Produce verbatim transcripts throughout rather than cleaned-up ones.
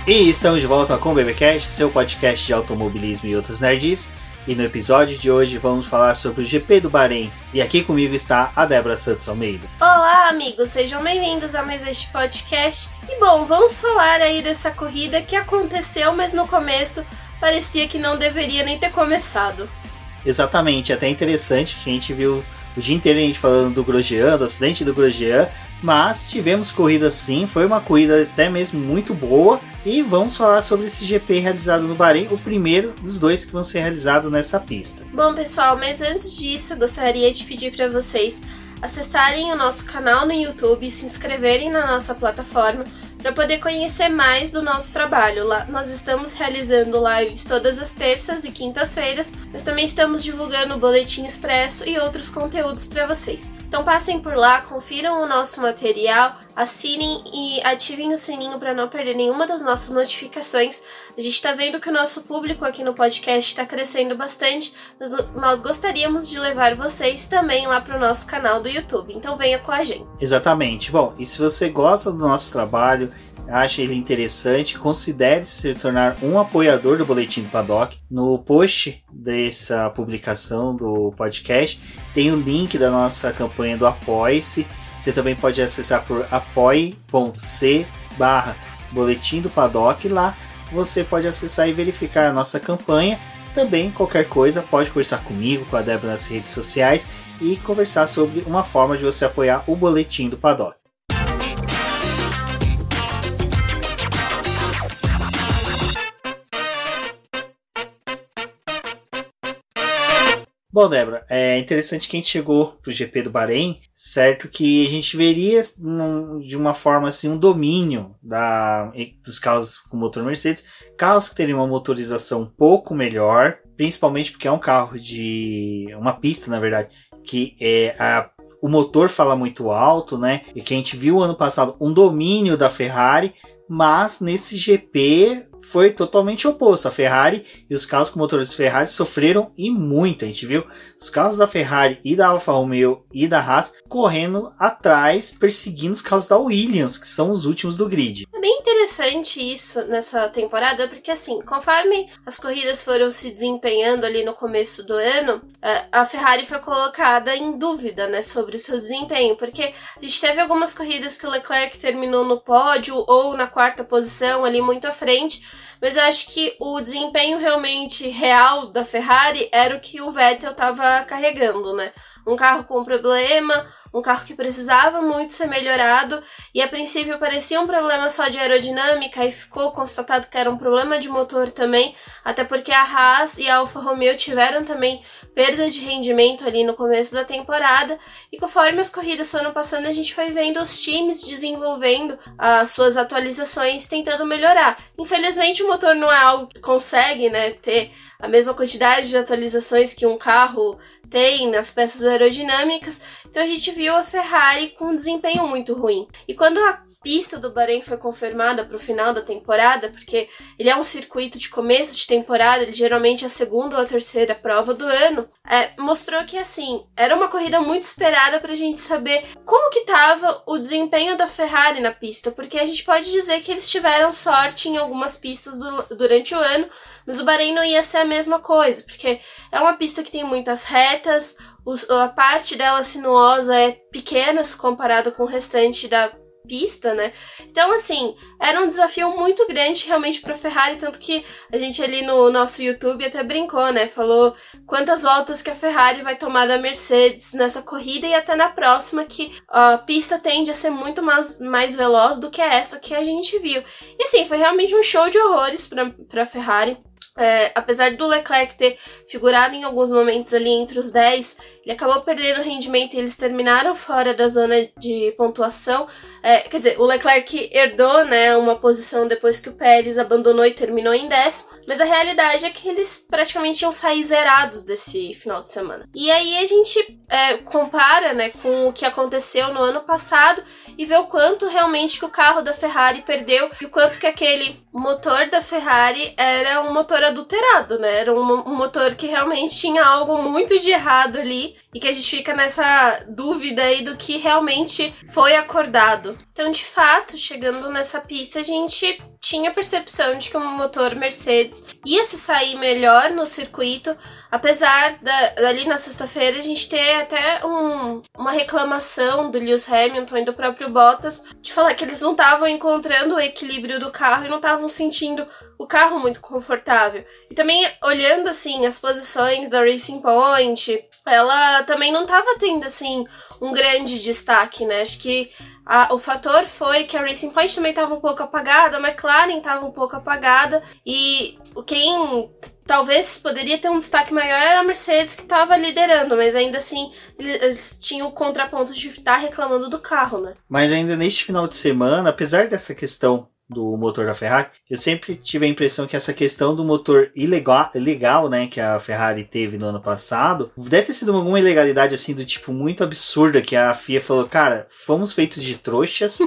E estamos de volta com o BBcast, seu podcast de automobilismo e outros nerds. E no episódio de hoje vamos falar sobre o G P do Bahrein. E aqui comigo está a Débora Santos Almeida. Olá, amigos, sejam bem-vindos a mais este podcast. E bom, vamos falar aí dessa corrida que aconteceu, mas no começo parecia que não deveria nem ter começado. Exatamente, até interessante que a gente viu o dia inteiro a gente falando do Grosjean, do acidente do Grosjean, mas tivemos corrida sim, foi uma corrida até mesmo muito boa. E vamos falar sobre esse G P realizado no Bahrein, o primeiro dos dois que vão ser realizados nessa pista. Bom, pessoal, mas antes disso, eu gostaria de pedir para vocês acessarem o nosso canal no YouTube e se inscreverem na nossa plataforma para poder conhecer mais do nosso trabalho. Lá nós estamos realizando lives todas as terças e quintas-feiras, mas também estamos divulgando o Boletim Expresso e outros conteúdos para vocês. Então passem por lá, confiram o nosso material, assinem e ativem o sininho para não perder nenhuma das nossas notificações. A gente está vendo que o nosso público aqui no podcast está crescendo bastante, mas nós gostaríamos de levar vocês também lá para o nosso canal do YouTube, então venha com a gente. Exatamente. Bom, e se você gosta do nosso trabalho, acha ele interessante, considere se tornar um apoiador do Boletim do Paddock. No post dessa publicação do podcast tem o link da nossa campanha do Apoie-se. Você também pode acessar por apoie.c barra Boletim do Paddock. Lá você pode acessar e verificar a nossa campanha. Também qualquer coisa pode conversar comigo, com a Débora nas redes sociais e conversar sobre uma forma de você apoiar o Boletim do Paddock. Bom, Débora, é interessante que a gente chegou pro G P do Bahrein, certo que a gente veria um, de uma forma assim um domínio da, dos carros com motor Mercedes, carros que teriam uma motorização um pouco melhor, principalmente porque é um carro de uma pista, na verdade, que é a, o motor fala muito alto, né? E que a gente viu ano passado um domínio da Ferrari, mas nesse G P foi totalmente oposto. A Ferrari e os carros com motores Ferrari sofreram e muito. A gente viu os carros da Ferrari e da Alfa Romeo e da Haas correndo atrás, perseguindo os carros da Williams, que são os últimos do grid. É bem interessante isso nessa temporada, porque assim, conforme as corridas foram se desempenhando ali no começo do ano, a Ferrari foi colocada em dúvida, né, sobre o seu desempenho, porque a gente teve algumas corridas que o Leclerc terminou no pódio ou na quarta posição, ali muito à frente, mas eu acho que o desempenho realmente real da Ferrari era o que o Vettel estava carregando, né? Um carro com problema, um carro que precisava muito ser melhorado, e a princípio parecia um problema só de aerodinâmica e ficou constatado que era um problema de motor também, até porque a Haas e a Alfa Romeo tiveram também perda de rendimento ali no começo da temporada, e conforme as corridas foram passando a gente foi vendo os times desenvolvendo as suas atualizações, tentando melhorar. Infelizmente o motor não é algo que consegue, né, ter a mesma quantidade de atualizações que um carro tem nas peças aerodinâmicas, então a gente viu a Ferrari com um desempenho muito ruim. E quando a pista do Bahrein foi confirmada para o final da temporada, porque ele é um circuito de começo de temporada, ele geralmente é a segunda ou a terceira prova do ano, é, mostrou que assim, era uma corrida muito esperada para a gente saber como que estava o desempenho da Ferrari na pista, porque a gente pode dizer que eles tiveram sorte em algumas pistas do, durante o ano, mas o Bahrein não ia ser a mesma coisa, porque é uma pista que tem muitas retas, os, a parte dela sinuosa é pequena se comparado com o restante da pista, né? Então, assim, era um desafio muito grande realmente para a Ferrari, tanto que a gente ali no nosso YouTube até brincou, né? Falou quantas voltas que a Ferrari vai tomar da Mercedes nessa corrida e até na próxima, que a pista tende a ser muito mais, mais veloz do que essa que a gente viu. E assim, foi realmente um show de horrores para a Ferrari. É, apesar do Leclerc ter figurado em alguns momentos ali entre os dez, ele acabou perdendo rendimento e eles terminaram fora da zona de pontuação. É, quer dizer, o Leclerc herdou, né, uma posição depois que o Pérez abandonou e terminou em décimo, mas a realidade é que eles praticamente iam sair zerados desse final de semana. E aí a gente é, compara, né, com o que aconteceu no ano passado e vê o quanto realmente que o carro da Ferrari perdeu e o quanto que aquele motor da Ferrari era um motor adulterado, né? Era um, um motor que realmente tinha algo muito de errado ali e que a gente fica nessa dúvida aí do que realmente foi acordado. Então, de fato, chegando nessa pista, a gente tinha a percepção de que o motor Mercedes ia se sair melhor no circuito, apesar da, dali na sexta-feira a gente ter até um, uma reclamação do Lewis Hamilton e do próprio Bottas de falar que eles não estavam encontrando o equilíbrio do carro e não estavam sentindo o carro muito confortável. E também olhando assim as posições da Racing Point, ela também não estava tendo assim um grande destaque, né? Acho que a, o fator foi que a Racing Point também estava um pouco apagada, a McLaren estava um pouco apagada e quem talvez poderia ter um destaque maior era a Mercedes, que estava liderando, mas ainda assim eles tinham o contraponto de estar reclamando do carro, né? Mas ainda neste final de semana, apesar dessa questão do motor da Ferrari, eu sempre tive a impressão que essa questão do motor ilegal, ilegal, né, que a Ferrari teve no ano passado, deve ter sido alguma ilegalidade assim do tipo muito absurda, que a F I A falou, cara, fomos feitos de trouxas,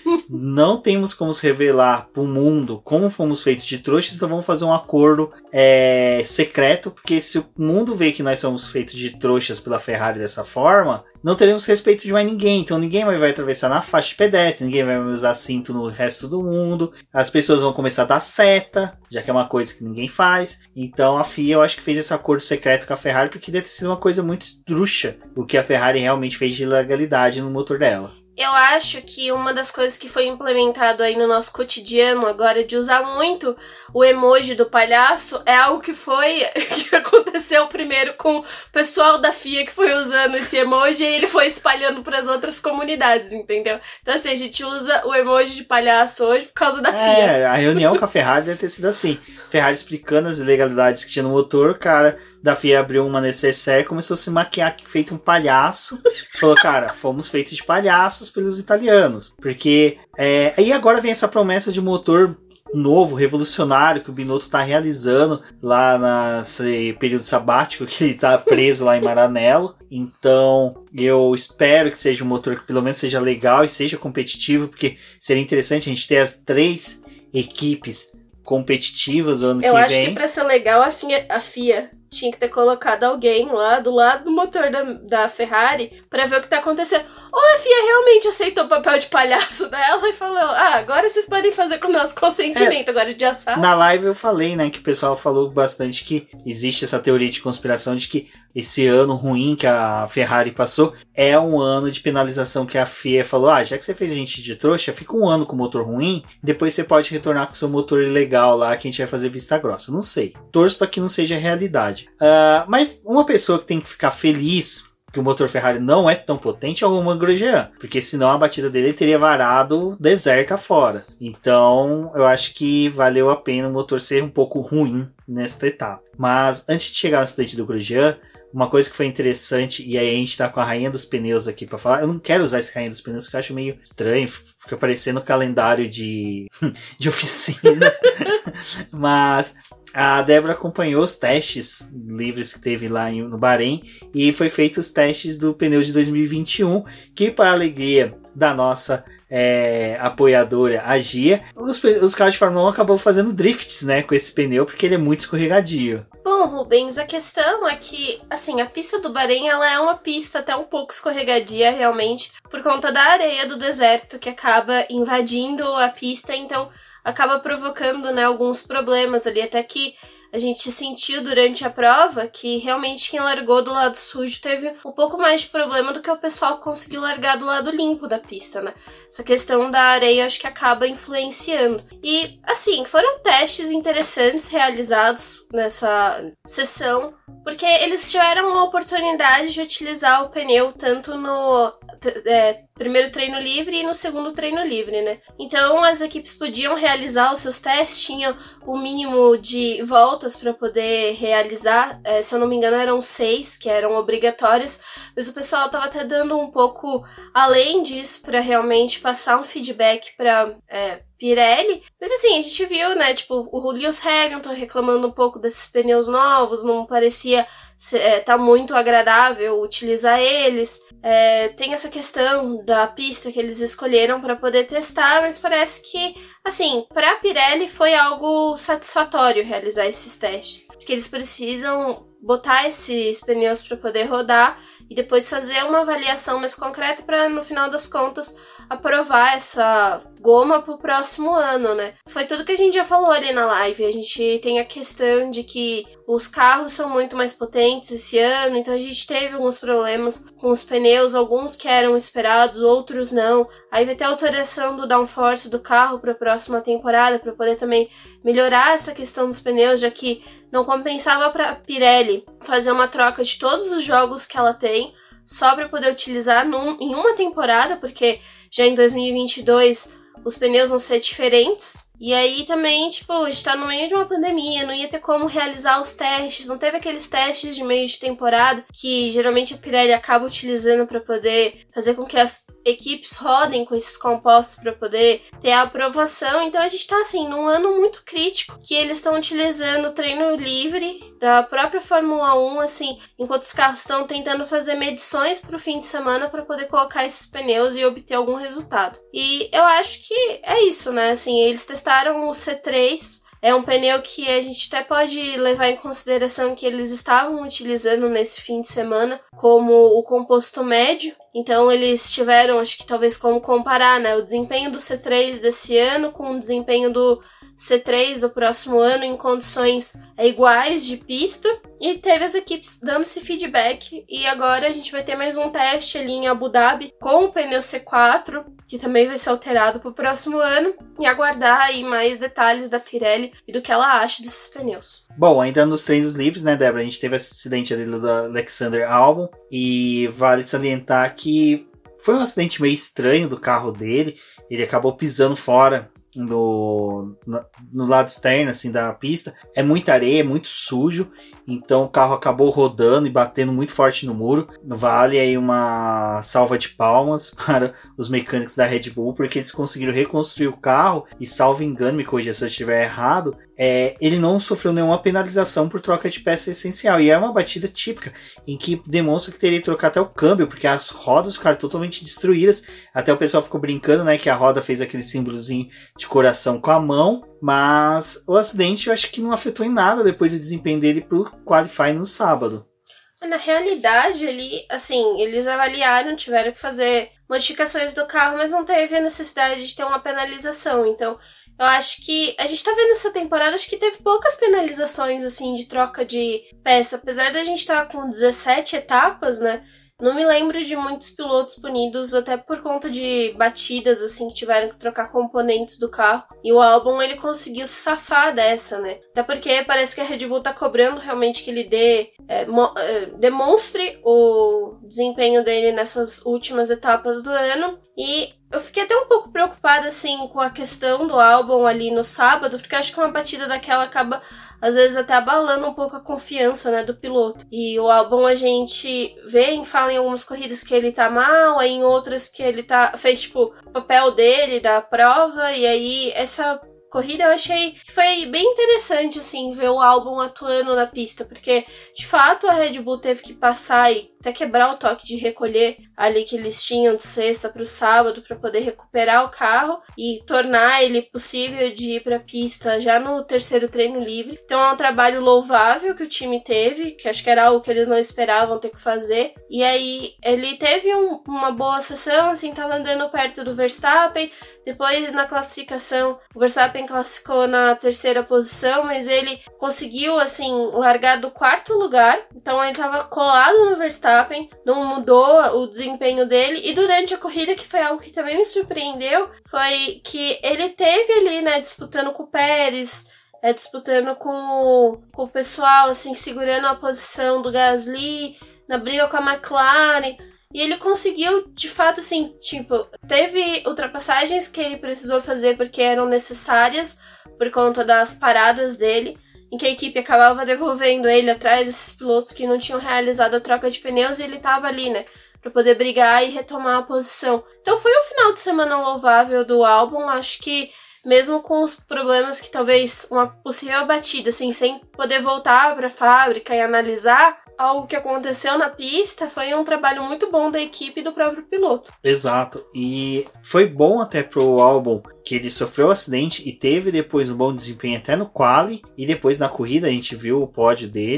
não temos como se revelar pro mundo como fomos feitos de trouxas, então vamos fazer um acordo é, secreto, porque se o mundo vê que nós somos feitos de trouxas pela Ferrari dessa forma, não teremos respeito de mais ninguém, então ninguém mais vai atravessar na faixa de pedestre, ninguém vai usar cinto no resto do mundo, as pessoas vão começar a dar seta, já que é uma coisa que ninguém faz, então a F I A eu acho que fez esse acordo secreto com a Ferrari, porque deve ter sido uma coisa muito estruxa, o que a Ferrari realmente fez de ilegalidade no motor dela. Eu acho que uma das coisas que foi implementado aí no nosso cotidiano agora de usar muito o emoji do palhaço é algo que foi que aconteceu primeiro com o pessoal da F I A que foi usando esse emoji e ele foi espalhando para as outras comunidades, entendeu? Então assim, a gente usa o emoji de palhaço hoje por causa da é, F I A. É, a reunião com a Ferrari deve ter sido assim. Ferrari explicando as ilegalidades que tinha no motor, cara, da F I A abriu uma necessaire, começou a se maquiar feito um palhaço. Falou, cara, fomos feitos de palhaços pelos italianos. Porque, é, aí agora vem essa promessa de motor novo, revolucionário, que o Binotto tá realizando lá nesse período sabático que ele tá preso lá em Maranello. Então, eu espero que seja um motor que pelo menos seja legal e seja competitivo, porque seria interessante a gente ter as três equipes competitivas ano eu que vem. Eu acho que pra ser legal a F I A, a F I A tinha que ter colocado alguém lá do lado do motor da, da Ferrari pra ver o que tá acontecendo. Ou a F I A realmente aceitou o papel de palhaço dela e falou, ah, agora vocês podem fazer com o nosso consentimento, é, agora de assar. Na live eu falei, né, que o pessoal falou bastante que existe essa teoria de conspiração de que esse ano ruim que a Ferrari passou é um ano de penalização que a F I A falou, ah, já que você fez a gente de trouxa, fica um ano com o motor ruim, depois você pode retornar com o seu motor ilegal lá, que a gente vai fazer vista grossa. Não sei. Torço pra que não seja realidade. Uh, mas uma pessoa que tem que ficar feliz que o motor Ferrari não é tão potente é o Romain Grosjean, porque senão a batida dele teria varado deserto afora. Então eu acho que valeu a pena o motor ser um pouco ruim nesta etapa. Mas antes de chegar no acidente do Grosjean, uma coisa que foi interessante, e aí a gente tá com a rainha dos pneus aqui pra falar. Eu não quero usar esse rainha dos pneus, porque eu acho meio estranho. Fica parecendo calendário de, de oficina. Mas a Débora acompanhou os testes livres que teve lá em, no Bahrein. E foi feito os testes do pneu de dois mil e vinte e um, que para a alegria da nossa é, apoiadora, a Gia, os, os carros de Fórmula um acabou fazendo drifts, né, com esse pneu, porque ele é muito escorregadio. Bom, Rubens, a questão é que, assim, a pista do Bahrein, ela é uma pista até um pouco escorregadia, realmente, por conta da areia do deserto, que acaba invadindo a pista, então acaba provocando, né, alguns problemas ali, até que a gente sentiu durante a prova que realmente quem largou do lado sujo teve um pouco mais de problema do que o pessoal que conseguiu largar do lado limpo da pista, né? Essa questão da areia acho que acaba influenciando. E, assim, foram testes interessantes realizados nessa sessão, porque eles tiveram a oportunidade de utilizar o pneu tanto no é, primeiro treino livre e no segundo treino livre, né? Então as equipes podiam realizar os seus testes, tinham o mínimo de voltas para poder realizar, é, se eu não me engano eram seis que eram obrigatórias, mas o pessoal estava até dando um pouco além disso para realmente passar um feedback para é, Pirelli. Mas assim, a gente viu, né, tipo, o Lewis Hamilton reclamando um pouco desses pneus novos, não parecia é, tá muito agradável utilizar eles. É, tem essa questão da pista que eles escolheram para poder testar, mas parece que, assim, para a Pirelli foi algo satisfatório realizar esses testes, porque eles precisam botar esses pneus para poder rodar e depois fazer uma avaliação mais concreta para, no final das contas, aprovar essa goma pro próximo ano, né? Foi tudo que a gente já falou ali na live. A gente tem a questão de que os carros são muito mais potentes esse ano, então a gente teve alguns problemas com os pneus, alguns que eram esperados, outros não. Aí vai ter alteração do downforce do carro para a próxima temporada, para poder também melhorar essa questão dos pneus, já que não compensava para a Pirelli fazer uma troca de todos os jogos que ela tem, só para poder utilizar num, em uma temporada, porque já em dois mil e vinte e dois os pneus vão ser diferentes. E aí também, tipo, a gente tá no meio de uma pandemia, não ia ter como realizar os testes, não teve aqueles testes de meio de temporada que geralmente a Pirelli acaba utilizando para poder fazer com que as equipes rodem com esses compostos para poder ter a aprovação. Então a gente tá assim, num ano muito crítico, que eles estão utilizando o treino livre da própria Fórmula um, assim, enquanto os carros estão tentando fazer medições pro fim de semana para poder colocar esses pneus e obter algum resultado. E eu acho que é isso, né? Assim, eles testaram o C três, é um pneu que a gente até pode levar em consideração que eles estavam utilizando nesse fim de semana como o composto médio, então eles tiveram, acho que talvez como comparar, né, o desempenho do C três desse ano com o desempenho do C três do próximo ano em condições iguais de pista, e teve as equipes dando esse feedback, e agora a gente vai ter mais um teste ali em Abu Dhabi com o pneu C quatro, que também vai ser alterado para o próximo ano, e aguardar aí mais detalhes da Pirelli e do que ela acha desses pneus. Bom, ainda nos treinos livres, né, Débora, a gente teve esse acidente ali do Alexander Albon, e vale salientar que foi um acidente meio estranho do carro dele, ele acabou pisando fora No, no, no lado externo assim da pista. É muita areia, é muito sujo, então o carro acabou rodando e batendo muito forte no muro. Vale aí uma salva de palmas para os mecânicos da Red Bull, porque eles conseguiram reconstruir o carro e, salvo engano, me corrija se eu estiver errado, é, ele não sofreu nenhuma penalização por troca de peça essencial, e é uma batida típica em que demonstra que teria que trocar até o câmbio, porque as rodas ficaram totalmente destruídas. Até o pessoal ficou brincando, né, que a roda fez aquele símbolozinho de coração com a mão, mas o acidente eu acho que não afetou em nada depois do desempenho dele pro Qualify no sábado. Na realidade, ali, assim, eles avaliaram, tiveram que fazer modificações do carro, mas não teve a necessidade de ter uma penalização. Então, eu acho que a gente tá vendo essa temporada, acho que teve poucas penalizações, assim, de troca de peça. Apesar da gente estar com dezessete etapas, né? Não me lembro de muitos pilotos punidos, até por conta de batidas, assim, que tiveram que trocar componentes do carro. E o Albon, ele conseguiu se safar dessa, né? Até porque parece que a Red Bull tá cobrando realmente que ele dê, é, mo- é, demonstre o desempenho dele nessas últimas etapas do ano. E eu fiquei até um pouco preocupada, assim, com a questão do Albon ali no sábado, porque eu acho que uma batida daquela acaba, às vezes, até abalando um pouco a confiança, né, do piloto. E o Albon, a gente vê e fala em algumas corridas que ele tá mal, aí em outras que ele tá fez, tipo, o papel dele da prova, e aí essa corrida eu achei que foi bem interessante, assim, ver o Albon atuando na pista, porque, de fato, a Red Bull teve que passar e até quebrar o toque de recolher ali que eles tinham de sexta para o sábado para poder recuperar o carro e tornar ele possível de ir para a pista já no terceiro treino livre. Então é um trabalho louvável que o time teve, que acho que era algo que eles não esperavam ter que fazer. E aí ele teve um, uma boa sessão, assim, tava andando perto do Verstappen. Depois na classificação o Verstappen classificou na terceira posição, mas ele conseguiu, assim, largar do quarto lugar. Então ele tava colado no Verstappen, não mudou o desempenho dele. E durante a corrida, que foi algo que também me surpreendeu, foi que ele teve ali, né, disputando com o Pérez, é, disputando com o, com o pessoal, assim, segurando a posição do Gasly, na briga com a McLaren. E ele conseguiu, de fato, assim, tipo, teve ultrapassagens que ele precisou fazer porque eram necessárias por conta das paradas dele, em que a equipe acabava devolvendo ele atrás desses pilotos que não tinham realizado a troca de pneus, e ele tava ali, né, pra poder brigar e retomar a posição. Então foi um final de semana louvável do Albon. Acho que mesmo com os problemas que talvez uma possível batida, assim, sem poder voltar pra fábrica e analisar algo que aconteceu na pista, foi um trabalho muito bom da equipe e do próprio piloto. Exato, e foi bom até pro Albon que ele sofreu um acidente e teve depois um bom desempenho até no quali, e depois na corrida a gente viu o pódio dele.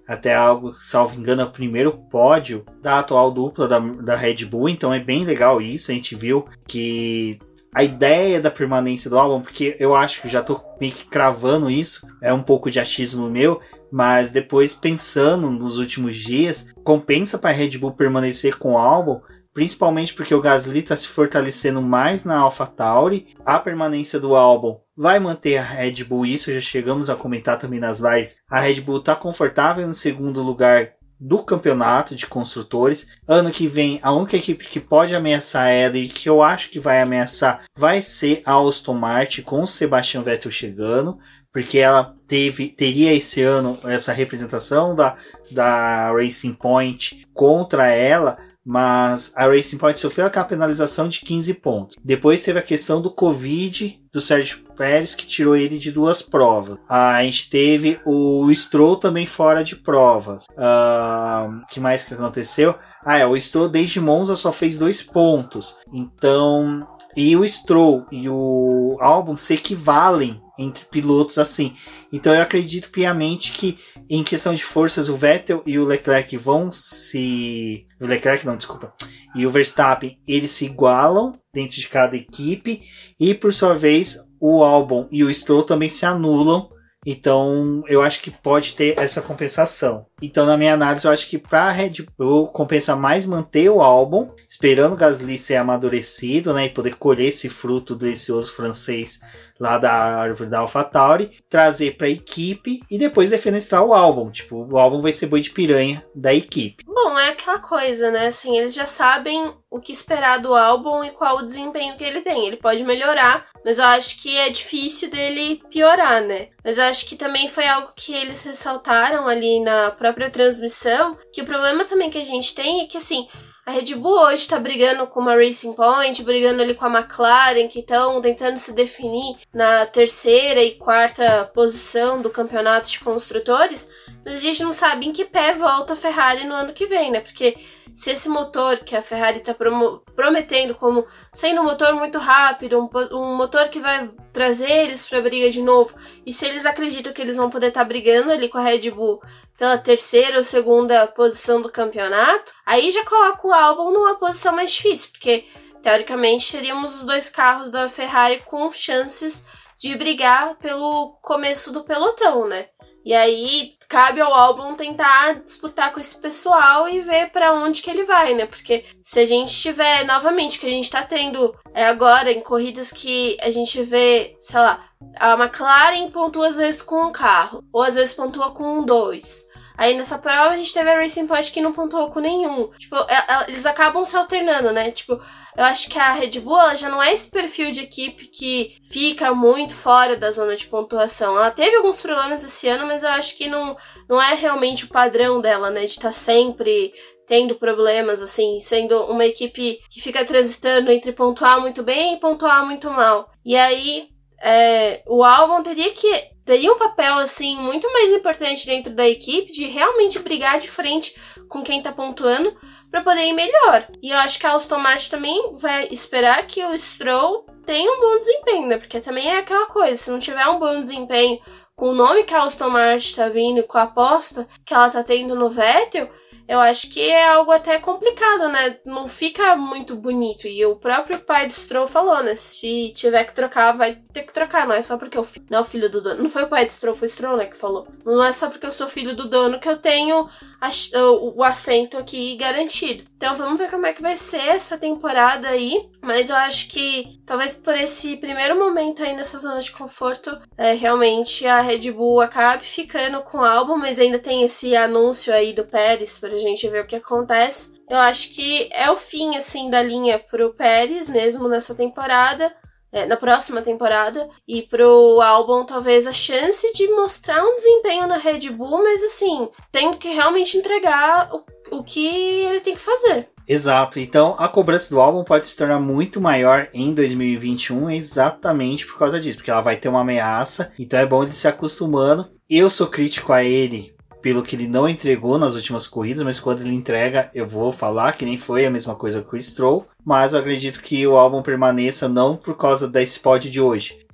até algo, salvo engano, é o primeiro pódio da atual dupla da, da Red Bull, então é bem legal isso. A gente viu que a ideia da permanência do álbum, porque eu acho que já tô meio que cravando isso, é um pouco de achismo meu, mas depois pensando nos últimos dias, compensa para a Red Bull permanecer com o álbum, principalmente porque o Gasly está se fortalecendo mais na AlphaTauri. A permanência do álbum vai manter a Red Bull, isso já chegamos a comentar também nas lives. A Red Bull está confortável no segundo lugar do campeonato de construtores. Ano que vem, a única equipe que pode ameaçar ela e que eu acho que vai ameaçar vai ser a Aston Martin, com o Sebastian Vettel chegando, porque ela teve, teria esse ano essa representação da, da Racing Point contra ela, mas a Racing Point sofreu aquela penalização de quinze pontos. Depois teve a questão do Covid do Sérgio Pérez, que tirou ele de duas provas. A gente teve o Stroll também fora de provas. O uh, que mais que aconteceu? Ah, é, o Stroll desde Monza só fez dois pontos. Então, e o Stroll e o Albon se equivalem entre pilotos assim. Então eu acredito piamente que em questão de forças o Vettel e o Leclerc vão se... O Leclerc não, desculpa. E o Verstappen, eles se igualam dentro de cada equipe. E por sua vez o Albon e o Stroll também se anulam. Então eu acho que pode ter essa compensação. Então na minha análise eu acho que para a Red Bull compensa mais manter o Albon, esperando o Gasly ser amadurecido, né, e poder colher esse fruto delicioso francês lá da árvore da AlphaTauri, trazer para a equipe e depois defenestrar o Albon. Tipo, o Albon vai ser boi de piranha da equipe. Bom, é aquela coisa, né? Assim, eles já sabem o que esperar do Albon e qual o desempenho que ele tem. Ele pode melhorar, mas eu acho que é difícil dele piorar, né? Mas eu acho que também foi algo que eles ressaltaram ali na própria transmissão, que o problema também que a gente tem é que, assim, a Red Bull hoje tá brigando com uma Racing Point, brigando ali com a McLaren, que estão tentando se definir na terceira e quarta posição do campeonato de construtores, mas a gente não sabe em que pé volta a Ferrari no ano que vem, né? Porque se esse motor que a Ferrari tá promo- prometendo como sendo um motor muito rápido, um, um motor que vai trazer eles pra briga de novo, e se eles acreditam que eles vão poder estar tá brigando ali com a Red Bull pela terceira ou segunda posição do campeonato, aí já coloca o Albon numa posição mais difícil, porque teoricamente teríamos os dois carros da Ferrari com chances de brigar pelo começo do pelotão, né? E aí cabe ao Albon tentar disputar com esse pessoal e ver pra onde que ele vai, né? Porque se a gente tiver, novamente, o que a gente tá tendo é agora em corridas que a gente vê, sei lá, a McLaren pontua às vezes com um carro, ou às vezes pontua com um dois. Aí nessa prova a gente teve a Racing Point que não pontuou com nenhum. Tipo, eles acabam se alternando, né? Tipo, eu acho que a Red Bull ela já não é esse perfil de equipe que fica muito fora da zona de pontuação. Ela teve alguns problemas esse ano, mas eu acho que não, não é realmente o padrão dela, né? De estar sempre tendo problemas, assim, sendo uma equipe que fica transitando entre pontuar muito bem e pontuar muito mal. E aí, é, o Albon teria que... teria um papel, assim, muito mais importante dentro da equipe de realmente brigar de frente com quem tá pontuando pra poder ir melhor. E eu acho que a Aston Martin também vai esperar que o Stroll tenha um bom desempenho, né? Porque também é aquela coisa, se não tiver um bom desempenho com o nome que a Aston Martin tá vindo e com a aposta que ela tá tendo no Vettel, eu acho que é algo até complicado, né? Não fica muito bonito. E o próprio pai do Stroll falou, né? Se tiver que trocar, vai ter que trocar. Não é só porque eu não é o filho do dono. Não foi o pai do Stroll, foi o Stroll, né, que falou. Não é só porque eu sou filho do dono que eu tenho a, o, o assento aqui garantido. Então vamos ver como é que vai ser essa temporada aí. Mas eu acho que talvez por esse primeiro momento aí nessa zona de conforto, é, realmente a Red Bull acabe ficando com o álbum, mas ainda tem esse anúncio aí do Pérez pra gente ver o que acontece. Eu acho que é o fim, assim, da linha pro Pérez mesmo nessa temporada, é, na próxima temporada, e pro Albon talvez a chance de mostrar um desempenho na Red Bull, mas assim, tendo que realmente entregar o, o que ele tem que fazer. Exato, então a cobrança do Albon pode se tornar muito maior em dois mil e vinte e um exatamente por causa disso, porque ela vai ter uma ameaça, então é bom ele se acostumando. Eu sou crítico a ele pelo que ele não entregou nas últimas corridas, mas quando ele entrega eu vou falar que nem foi a mesma coisa com o Stroll, mas eu acredito que o Albon permaneça não por causa da spot de hoje,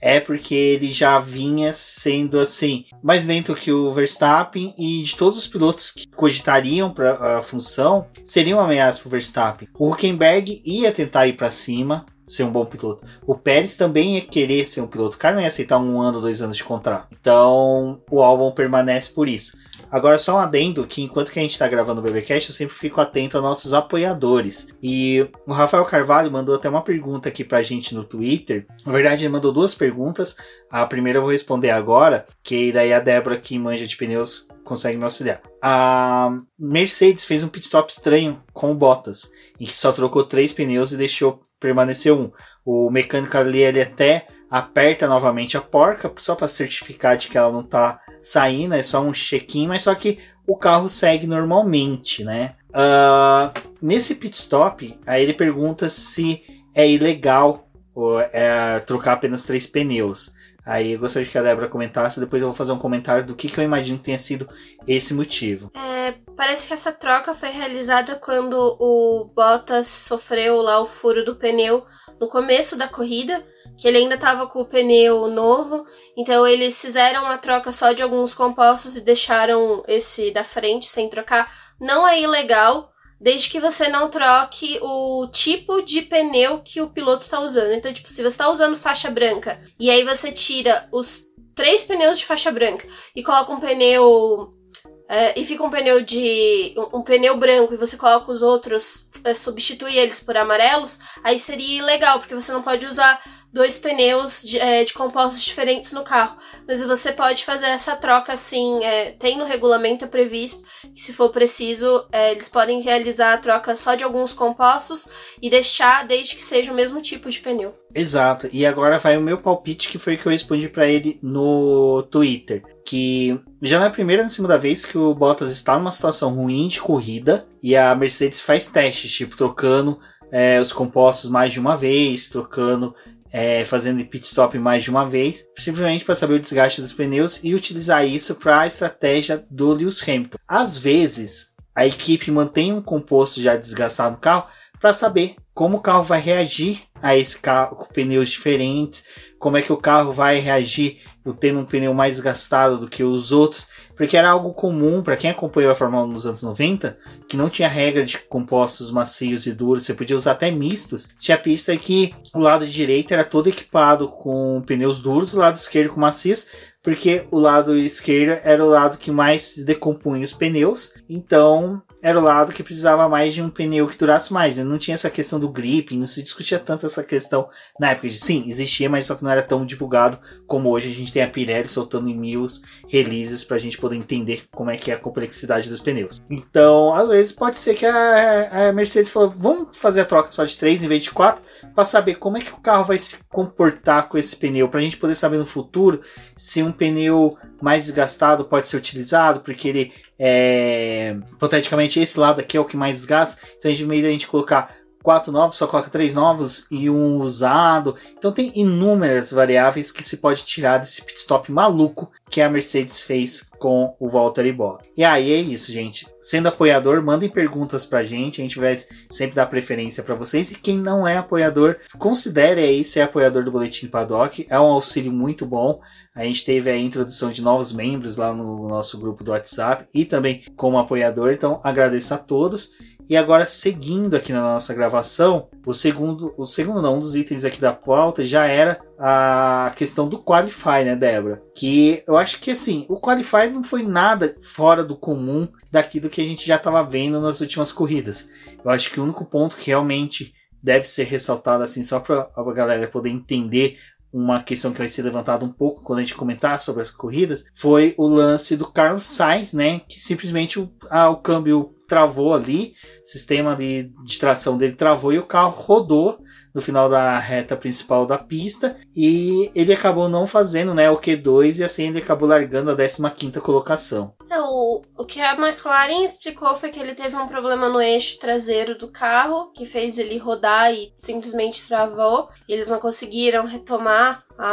é porque ele já vinha sendo assim mais lento que o Verstappen, e de todos os pilotos que cogitariam para a função seriam ameaças para o Verstappen. O Hülkenberg ia tentar ir para cima, ser um bom piloto. O Pérez também ia querer ser um piloto. O cara não ia aceitar um ano, dois anos de contrato. Então o Albon permanece por isso. Agora, só um adendo que enquanto que a gente está gravando o BBcast, eu sempre fico atento aos nossos apoiadores. E o Rafael Carvalho mandou até uma pergunta aqui pra gente no Twitter. Na verdade, ele mandou duas perguntas. A primeira eu vou responder agora, que daí a Débora, que manja de pneus, consegue me auxiliar. A Mercedes fez um pit stop estranho com o Bottas, em que só trocou três pneus e deixou permanecer um. O mecânico ali, ele até aperta novamente a porca, só para certificar de que ela não tá saindo, é só um check-in, mas só que o carro segue normalmente, né? Uh, nesse pit stop, aí ele pergunta se é ilegal ou é, trocar apenas três pneus. Aí eu gostaria que a Débora comentasse, depois eu vou fazer um comentário do que, que eu imagino que tenha sido esse motivo. É, parece que essa troca foi realizada quando o Bottas sofreu lá o furo do pneu no começo da corrida, que ele ainda estava com o pneu novo, então eles fizeram uma troca só de alguns compostos e deixaram esse da frente sem trocar. Não é ilegal, desde que você não troque o tipo de pneu que o piloto está usando. Então, tipo, se você está usando faixa branca e aí você tira os três pneus de faixa branca e coloca um pneu... É, e fica um pneu de um, um pneu branco e você coloca os outros, é, substitui eles por amarelos, aí seria ilegal, porque você não pode usar dois pneus de, é, de compostos diferentes no carro. Mas você pode fazer essa troca assim, é, tem no regulamento previsto que se for preciso, é, eles podem realizar a troca só de alguns compostos e deixar desde que seja o mesmo tipo de pneu. Exato, e agora vai o meu palpite, que foi o que eu respondi pra ele no Twitter, que já não é a primeira nem a segunda vez que o Bottas está numa situação ruim de corrida e a Mercedes faz testes, tipo trocando é, os compostos mais de uma vez, trocando, é, fazendo pit stop mais de uma vez, simplesmente para saber o desgaste dos pneus e utilizar isso para a estratégia do Lewis Hamilton. Às vezes, a equipe mantém um composto já desgastado no carro para saber como o carro vai reagir a esse carro com pneus diferentes, como é que o carro vai reagir tendo um pneu mais desgastado do que os outros, porque era algo comum para quem acompanhou a Fórmula um nos anos noventa, que não tinha regra de compostos macios e duros, você podia usar até mistos. Tinha pista que o lado direito era todo equipado com pneus duros, o lado esquerdo com macios, porque o lado esquerdo era o lado que mais decompunha os pneus, então era o lado que precisava mais de um pneu que durasse mais, né? Não tinha essa questão do grip, não se discutia tanto essa questão na época. De, sim, existia, mas só que não era tão divulgado como hoje. A gente tem a Pirelli soltando em mil releases pra gente poder entender como é que é a complexidade dos pneus. Então, às vezes pode ser que a, a Mercedes falou, vamos fazer a troca só de três em vez de quatro, para saber como é que o carro vai se comportar com esse pneu, pra gente poder saber no futuro se um pneu mais desgastado pode ser utilizado, porque ele é, hipoteticamente esse lado aqui é o que mais desgasta, então a gente, em vez de a gente colocar quatro novos, só coloca três novos e um usado. Então tem inúmeras variáveis que se pode tirar desse pit stop maluco que a Mercedes fez com o Valtteri Bottas. E aí é isso, gente. Sendo apoiador, mandem perguntas pra gente, a gente vai sempre dar preferência pra vocês. E quem não é apoiador, considere aí ser apoiador do Boletim Paddock, é um auxílio muito bom. A gente teve a introdução de novos membros lá no nosso grupo do WhatsApp e também como apoiador, então agradeço a todos. E agora, seguindo aqui na nossa gravação, o segundo, o segundo não, um dos itens aqui da pauta já era a questão do Qualify, né, Débora? Que eu acho que, assim, o Qualify não foi nada fora do comum daquilo que a gente já estava vendo nas últimas corridas. Eu acho que o único ponto que realmente deve ser ressaltado, assim, só para a galera poder entender uma questão que vai ser levantada um pouco quando a gente comentar sobre as corridas, foi o lance do Carlos Sainz, né, que simplesmente o, ah, o câmbio travou ali, o sistema de, de tração dele travou e o carro rodou no final da reta principal da pista e ele acabou não fazendo, né, o Q dois e assim ele acabou largando a décima quinta colocação. É, o, o que a McLaren explicou foi que ele teve um problema no eixo traseiro do carro que fez ele rodar e simplesmente travou e eles não conseguiram retomar a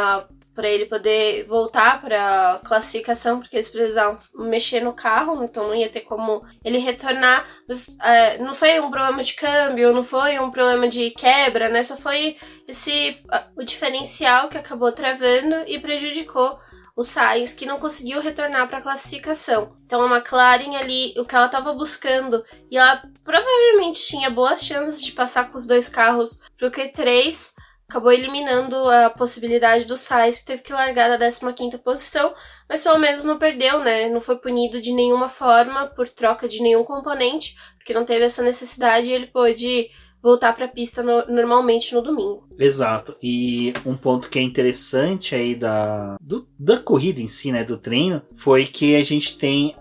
para ele poder voltar para classificação, porque eles precisavam mexer no carro, então não ia ter como ele retornar. Mas, é, não foi um problema de câmbio, não foi um problema de quebra, né? Só foi esse o diferencial que acabou travando e prejudicou o Sainz, que não conseguiu retornar para a classificação. Então a McLaren ali, o que ela estava buscando, e ela provavelmente tinha boas chances de passar com os dois carros para o Q três, acabou eliminando a possibilidade do Sainz, que teve que largar da décima quinta posição, mas pelo menos não perdeu, né? Não foi punido de nenhuma forma por troca de nenhum componente, porque não teve essa necessidade e ele pôde voltar para a pista no, normalmente no domingo. Exato. E um ponto que é interessante aí da, do, da corrida em si, né, do treino, foi que a gente tem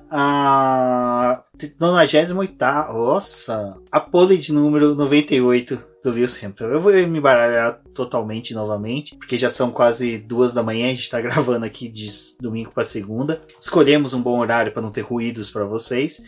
a nonagésima oitava, nossa, a pole de número noventa e oito do Lewis Hamilton. Eu vou me baralhar totalmente novamente, porque já são quase duas da manhã, a gente tá gravando aqui de domingo para segunda. Escolhemos um bom horário para não ter ruídos para vocês.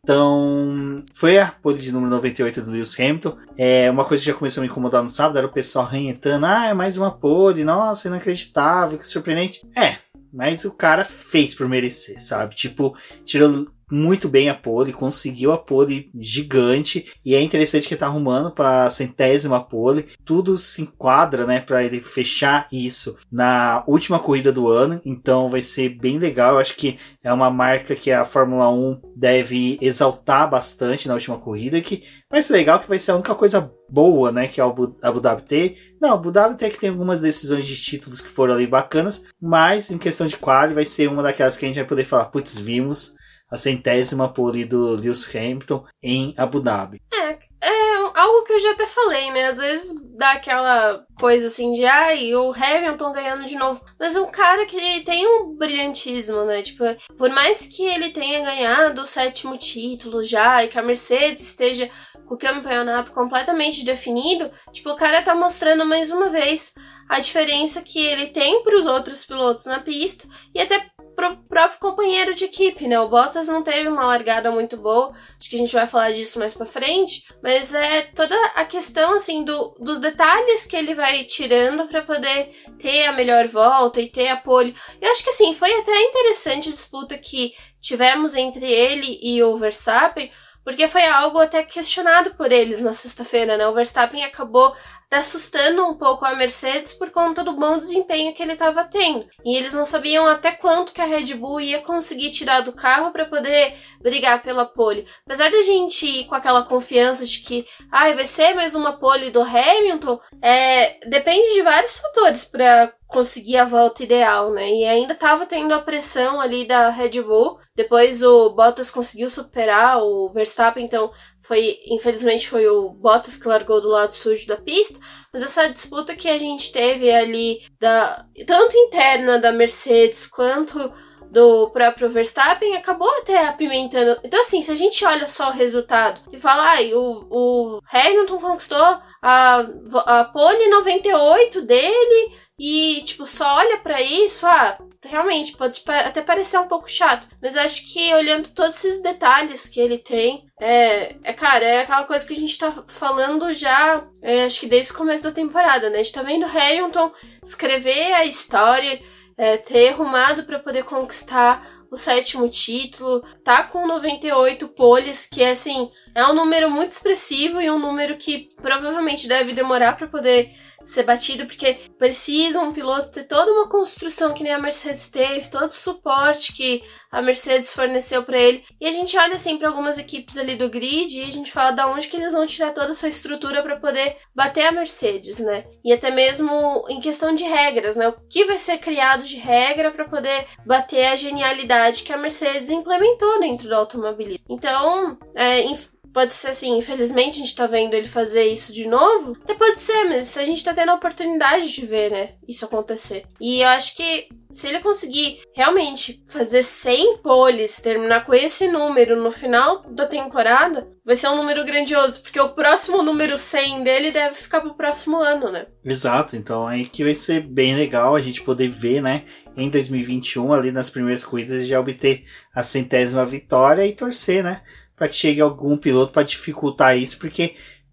Então, foi a pole de número noventa e oito do Lewis Hamilton. É, uma coisa que já começou a me incomodar no sábado era o pessoal ranhetando, ah, é mais uma pole, nossa, inacreditável, que surpreendente. É, mas o cara fez por merecer, sabe? Tipo, tirou muito bem a pole, conseguiu a pole gigante, e é interessante que ele tá arrumando para a centésima pole, tudo se enquadra, né, para ele fechar isso na última corrida do ano, então vai ser bem legal. Eu acho que é uma marca que a Fórmula um deve exaltar bastante na última corrida, que vai ser legal, que vai ser a única coisa boa, né, que a Abu, Abu Dhabi tem. Não, a Abu Dhabi tem que tem algumas decisões de títulos que foram ali bacanas, mas em questão de quali vai ser uma daquelas que a gente vai poder falar, putz, vimos a centésima pole do Lewis Hamilton em Abu Dhabi. É, é algo que eu já até falei, né? Às vezes dá aquela coisa assim de, ai, o Hamilton ganhando de novo. Mas um cara que tem um brilhantismo, né? Tipo, por mais que ele tenha ganhado o sétimo título já e que a Mercedes esteja com o campeonato completamente definido, tipo, o cara tá mostrando mais uma vez a diferença que ele tem para os outros pilotos na pista e até pro próprio companheiro de equipe, né? O Bottas não teve uma largada muito boa, acho que a gente vai falar disso mais pra frente, mas é toda a questão, assim, do, dos detalhes que ele vai tirando pra poder ter a melhor volta e ter a pole. Eu acho que, assim, foi até interessante a disputa que tivemos entre ele e o Verstappen, porque foi algo até questionado por eles na sexta-feira, né? O Verstappen acabou assustando um pouco a Mercedes por conta do bom desempenho que ele estava tendo. E eles não sabiam até quanto que a Red Bull ia conseguir tirar do carro para poder brigar pela pole. Apesar da gente ir com aquela confiança de que ah, vai ser mais uma pole do Hamilton, é, depende de vários fatores para conseguir a volta ideal, né? E ainda estava tendo a pressão ali da Red Bull. Depois o Bottas conseguiu superar o Verstappen, então foi, infelizmente foi o Bottas que largou do lado sujo da pista, mas essa disputa que a gente teve ali, da, tanto interna da Mercedes quanto do próprio Verstappen, acabou até apimentando. Então, assim, se a gente olha só o resultado e fala, ah, o, o Hamilton conquistou a, a pole noventa e oito dele e, tipo, só olha pra isso, ah, realmente pode até parecer um pouco chato, mas eu acho que olhando todos esses detalhes que ele tem, é, é cara, é aquela coisa que a gente tá falando já, é, acho que desde o começo da temporada, né? A gente tá vendo Hamilton escrever a história, é, ter arrumado para poder conquistar o sétimo título, tá com noventa e oito poles, que é assim, é um número muito expressivo e um número que provavelmente deve demorar para poder ser batido, porque precisa um piloto ter toda uma construção que nem a Mercedes teve, todo o suporte que a Mercedes forneceu para ele. E a gente olha assim para algumas equipes ali do grid e a gente fala da onde que eles vão tirar toda essa estrutura para poder bater a Mercedes, né? E até mesmo em questão de regras, né? O que vai ser criado de regra para poder bater a genialidade que a Mercedes implementou dentro do automobilismo. Então, é, pode ser assim, infelizmente a gente tá vendo ele fazer isso de novo. Até pode ser, mas a gente tá tendo a oportunidade de ver, né, isso acontecer. E eu acho que se ele conseguir realmente fazer cem poles, terminar com esse número no final da temporada, vai ser um número grandioso, porque o próximo número cem dele deve ficar pro próximo ano, né? Exato, então aí que vai ser bem legal a gente poder ver, né, em dois mil e vinte e um, ali nas primeiras corridas, já obter a centésima vitória e torcer, né, para que chegue algum piloto para dificultar isso, porque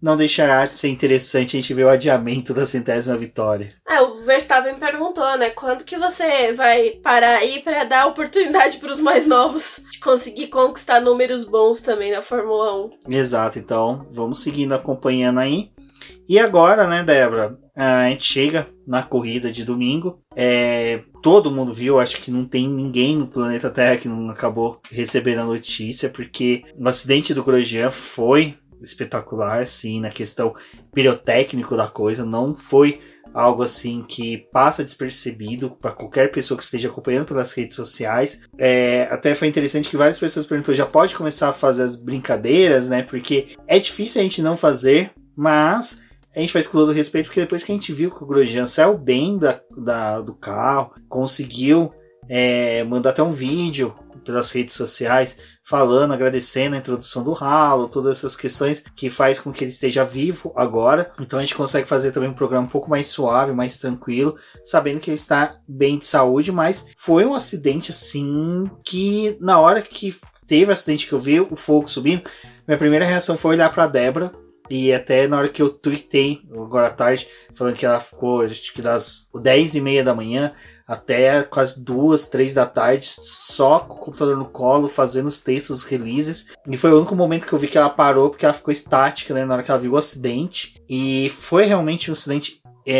não deixará de ser interessante a gente ver o adiamento da centésima vitória. É, o Verstappen perguntou, né, quando que você vai parar aí pra dar oportunidade pros mais novos de conseguir conquistar números bons também na Fórmula um. Exato, então vamos seguindo, acompanhando aí. E agora, né, Débora, a gente chega na corrida de domingo. É, todo mundo viu, acho que não tem ninguém no planeta Terra que não acabou recebendo a notícia, porque o acidente do Grosjean foi espetacular, sim, na questão pirotécnico da coisa. Não foi algo assim que passa despercebido para qualquer pessoa que esteja acompanhando pelas redes sociais. É, até foi interessante que várias pessoas perguntaram, já pode começar a fazer as brincadeiras, né? Porque é difícil a gente não fazer, mas a gente faz com todo respeito, porque depois que a gente viu que o Grosjean saiu bem da, da, do carro, conseguiu é, mandar até um vídeo pelas redes sociais, falando, agradecendo a introdução do ralo, todas essas questões que faz com que ele esteja vivo agora. Então a gente consegue fazer também um programa um pouco mais suave, mais tranquilo, sabendo que ele está bem de saúde, mas foi um acidente assim que na hora que teve o acidente que eu vi o fogo subindo, minha primeira reação foi olhar para a Débora. E até na hora que eu tuitei, agora à tarde, falando que ela ficou, acho que das dez e meia da manhã até quase duas, três da tarde, só com o computador no colo, fazendo os textos, os releases. E foi o único momento que eu vi que ela parou, porque ela ficou estática, né, na hora que ela viu o acidente. E foi realmente um acidente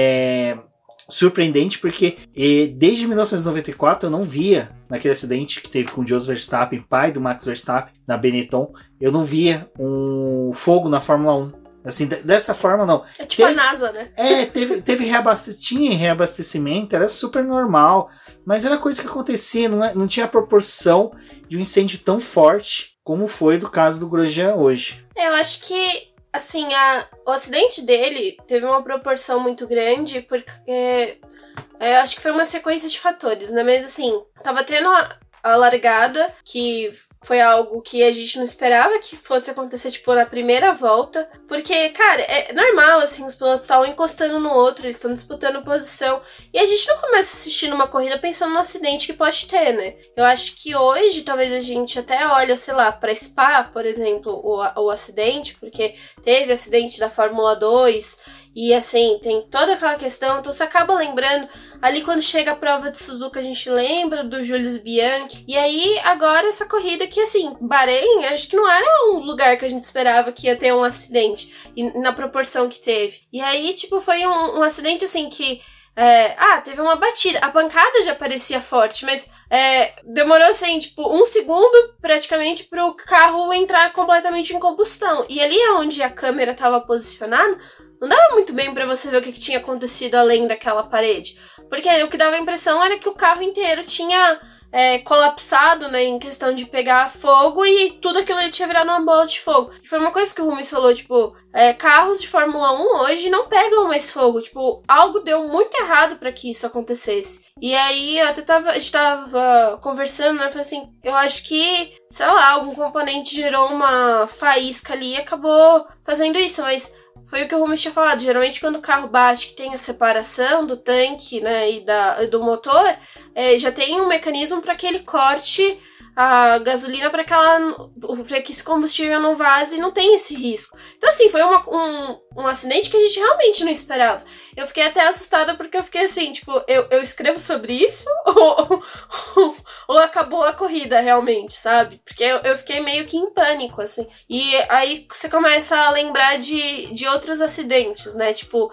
é, surpreendente, porque e, desde mil novecentos e noventa e quatro eu não via, naquele acidente que teve com o Jos Verstappen, pai do Max Verstappen, na Benetton, eu não via um fogo na Fórmula um. Assim, dessa forma não. É tipo teve, a NASA, né? É, teve, teve reabaste- tinha reabastecimento, era super normal, mas era coisa que acontecia, não, é, não tinha a proporção de um incêndio tão forte como foi do caso do Grosjean hoje. Eu acho que, assim, a, o acidente dele teve uma proporção muito grande, porque eu acho que foi uma sequência de fatores, né? Mas, assim, tava tendo a, a largada, que foi algo que a gente não esperava que fosse acontecer, tipo, na primeira volta. Porque, cara, é normal, assim, os pilotos estavam encostando no outro, eles estão disputando posição. E a gente não começa assistindo uma corrida pensando no acidente que pode ter, né? Eu acho que hoje, talvez a gente até olha, sei lá, pra Spa, por exemplo, o, o acidente, porque teve acidente da Fórmula dois. E assim, tem toda aquela questão, então você acaba lembrando, ali quando chega a prova de Suzuka, a gente lembra do Jules Bianchi, e aí agora essa corrida que assim, Bahrein, acho que não era um lugar que a gente esperava que ia ter um acidente, e na proporção que teve. E aí, tipo, foi um, um acidente assim que, é, ah, teve uma batida, a pancada já parecia forte, mas é, demorou assim, tipo, um segundo praticamente pro carro entrar completamente em combustão, e ali onde a câmera tava posicionada, não dava muito bem pra você ver o que, que tinha acontecido além daquela parede. Porque o que dava a impressão era que o carro inteiro tinha é, colapsado, né, em questão de pegar fogo, e tudo aquilo ali tinha virado uma bola de fogo. E foi uma coisa que o Rubens falou, tipo, é, carros de Fórmula um hoje não pegam mais fogo. Tipo, algo deu muito errado pra que isso acontecesse. E aí eu até tava, a gente tava conversando, né, falei assim, eu acho que, sei lá, algum componente gerou uma faísca ali e acabou fazendo isso, mas foi o que o Rubens tinha falado. Geralmente quando o carro bate, que tem a separação do tanque, né, e da, do motor, é, já tem um mecanismo para que ele corte a gasolina para que, ela, pra que esse combustível não vaze e não tenha esse risco. Então assim, foi uma, um, um acidente que a gente realmente não esperava. Eu fiquei até assustada porque eu fiquei assim, tipo, eu, eu escrevo sobre isso ou, ou, ou acabou a corrida realmente, sabe? Porque eu, eu fiquei meio que em pânico, assim. E aí você começa a lembrar de, de outros acidentes, né? Tipo,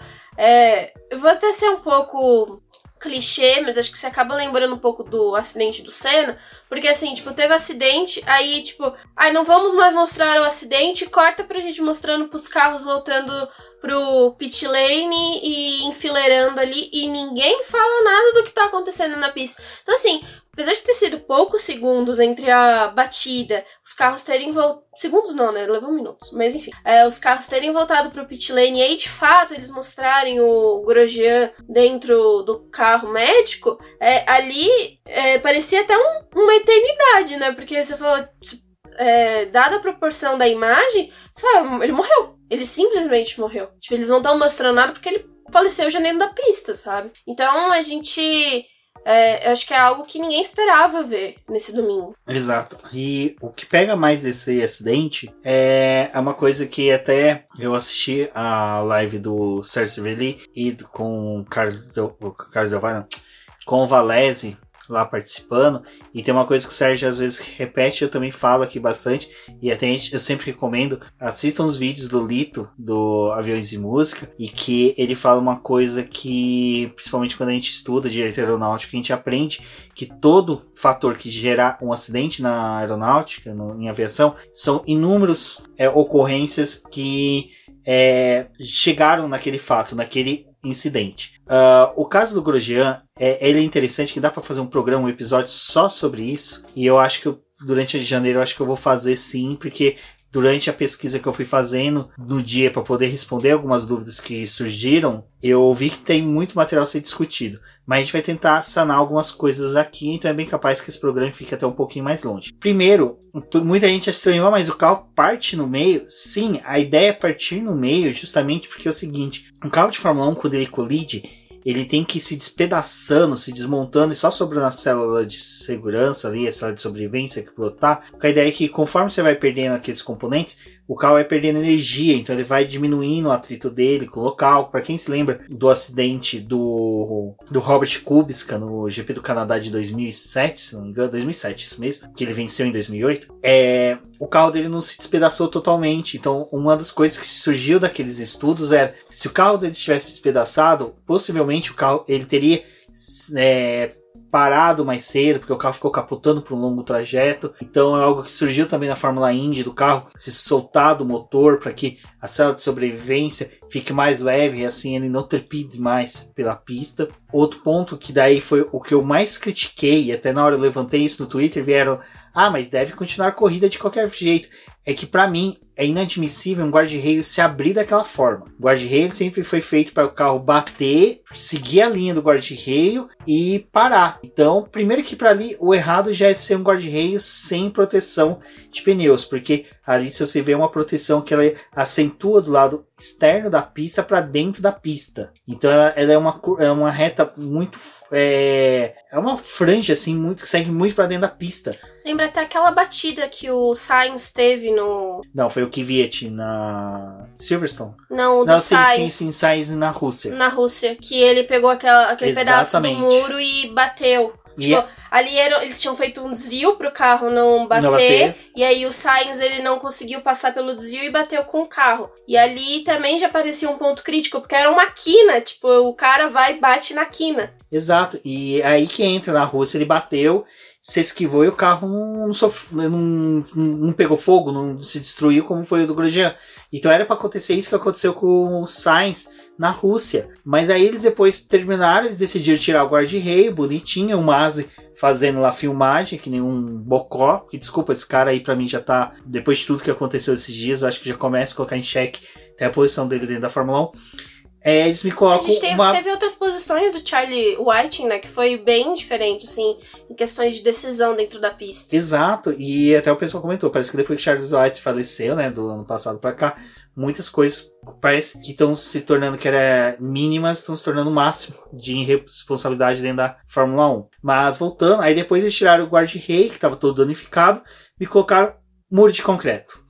é, eu vou até ser um pouco clichê, mas acho que você acaba lembrando um pouco do acidente do Senna, porque assim, tipo, teve acidente, aí tipo, ai, não vamos mais mostrar o acidente, corta pra gente mostrando pros carros voltando pro pit lane e enfileirando ali, e ninguém fala nada do que tá acontecendo na pista. Então assim, apesar de ter sido poucos segundos entre a batida, os carros terem voltado... Segundos não, né? Levou minutos. Mas enfim. É, os carros terem voltado pro pit lane e aí, de fato, eles mostrarem o Grosjean dentro do carro médico, é, ali é, parecia até um, uma eternidade, né? Porque você falou... É, dada a proporção da imagem, você fala, ele morreu. Ele simplesmente morreu. Tipo, eles não estão mostrando nada porque ele faleceu já dentro da pista, sabe? Então, a gente... é, eu acho que é algo que ninguém esperava ver nesse domingo. Exato. E o que pega mais desse acidente é uma coisa que até eu assisti a live do Sérgio Verli e com o Carlos Del, o Carlos Del Valle, com o Valese lá participando, e tem uma coisa que o Sérgio às vezes repete, eu também falo aqui bastante, e até eu sempre recomendo, assistam os vídeos do Lito, do Aviões e Música, e que ele fala uma coisa que, principalmente quando a gente estuda direito aeronáutico, a gente aprende que todo fator que gera um acidente na aeronáutica, no, em aviação, são inúmeros é, ocorrências que é, chegaram naquele fato, naquele incidente. Uh, o caso do Grosjean, é, ele é interessante, que dá para fazer um programa, um episódio só sobre isso, e eu acho que eu, durante a de janeiro eu acho que eu vou fazer sim, porque durante a pesquisa que eu fui fazendo no dia para poder responder algumas dúvidas que surgiram, eu vi que tem muito material a ser discutido, mas a gente vai tentar sanar algumas coisas aqui, então é bem capaz que esse programa fique até um pouquinho mais longe. Primeiro, muita gente estranhou, mas o carro parte no meio? Sim, a ideia é partir no meio justamente porque é o seguinte, um carro de Fórmula um, quando ele colide, ele tem que ir se despedaçando, se desmontando e só sobrando a célula de segurança ali, a célula de sobrevivência que pilotar. A ideia é que conforme você vai perdendo aqueles componentes, o carro vai perdendo energia, então ele vai diminuindo o atrito dele com o local. Para quem se lembra do acidente do, do Robert Kubica no G P do Canadá de dois mil e sete, se não me engano, dois mil e sete, isso mesmo, que ele venceu em dois mil e oito, é, o carro dele não se despedaçou totalmente. Então uma das coisas que surgiu daqueles estudos era, se o carro dele tivesse despedaçado, possivelmente o carro ele teria é, parado mais cedo, porque o carro ficou capotando por um longo trajeto. Então é algo que surgiu também na Fórmula Indy, do carro se soltar do motor para que a célula de sobrevivência fique mais leve e assim ele não trepide mais pela pista. Outro ponto que daí foi o que eu mais critiquei, e até na hora eu levantei isso no Twitter, vieram, ah, mas deve continuar a corrida de qualquer jeito. É que para mim é inadmissível um guarda-reio se abrir daquela forma. O guarda-reio sempre foi feito para o carro bater, seguir a linha do guarda-reio e parar. Então, primeiro que para ali, o errado já é ser um guarda-reio sem proteção de pneus, porque ali se você vê uma proteção que ela acentua do lado externo da pista para dentro da pista. Então ela, ela é, uma, é uma reta muito... É, é uma franja assim, muito, que segue muito para dentro da pista. Lembra até aquela batida que o Sainz teve no... Não, foi o Kvyat na Silverstone. Não, o do Não, sim, Sainz. sim, sim, Sainz na Rússia. Na Rússia, que ele pegou aquela, aquele Exatamente. pedaço do muro e bateu. Tipo, é... ali era, eles tinham feito um desvio pro carro não bater, não bater, e aí o Sainz ele não conseguiu passar pelo desvio e bateu com o carro. E ali também já parecia um ponto crítico, porque era uma quina, tipo, o cara vai e bate na quina. Exato, e aí que entra na Rússia, ele bateu, se esquivou e o carro não, sof... não, não pegou fogo, não se destruiu como foi o do Grosjean. Então era para acontecer isso que aconteceu com o Sainz na Rússia. Mas aí eles depois terminaram, eles decidiram tirar o guarda-reio, bonitinho, o Masi fazendo lá filmagem, que nem um bocó. Que, desculpa, esse cara aí pra mim já tá, depois de tudo que aconteceu esses dias, eu acho que já começa a colocar em xeque até a posição dele dentro da Fórmula um. É, eles me colocam a gente teve, uma... teve outras posições do Charlie Whiting, né, que foi bem diferente, assim, em questões de decisão dentro da pista. Exato, e até o pessoal comentou, parece que depois que Charles White faleceu, né, do ano passado pra cá, muitas coisas parece que estão se tornando, que era mínimas, estão se tornando o máximo de responsabilidade dentro da Fórmula um. Mas voltando, aí depois eles tiraram o guarda-reio, que estava todo danificado, e colocaram muro de concreto.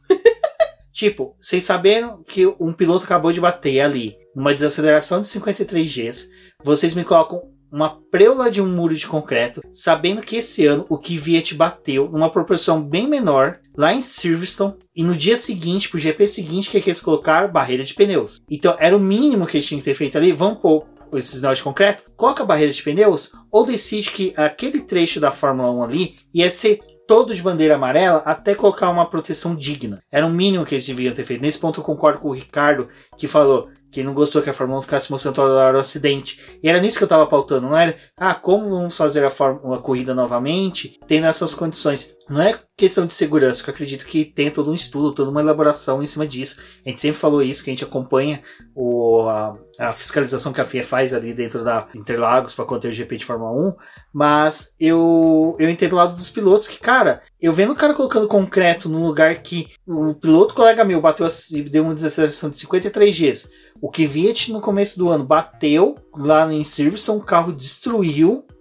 Tipo, vocês saberam que um piloto acabou de bater ali, numa desaceleração de cinquenta e três Gs, vocês me colocam uma preula de um muro de concreto, sabendo que esse ano o Kvyat bateu numa proporção bem menor lá em Silverstone, e no dia seguinte, pro G P seguinte, que, é que eles colocaram barreira de pneus. Então era o mínimo que eles tinham que ter feito ali. Vamos pôr esse sinal de concreto, coloca a barreira de pneus, ou decide que aquele trecho da Fórmula um ali ia ser todo de bandeira amarela até colocar uma proteção digna. Era o mínimo que eles deviam ter feito. Nesse ponto eu concordo com o Ricardo, que falou que não gostou que a Fórmula um ficasse mostrando toda hora o acidente. E era nisso que eu estava pautando, não era, ah, como vamos fazer a, Fórmula, a corrida novamente, tendo essas condições. Não é questão de segurança, que eu acredito que tem todo um estudo, toda uma elaboração em cima disso. A gente sempre falou isso, que a gente acompanha o, a, a fiscalização que a F I A faz ali dentro da Interlagos para conter o G P de Fórmula um, mas eu, eu entendo o lado dos pilotos, que, cara, eu vendo o cara colocando concreto num lugar que o piloto colega meu bateu e deu uma desaceleração de cinquenta e três Gs. O Kvyat no começo do ano bateu lá em Silverstone, o carro destruiu, ele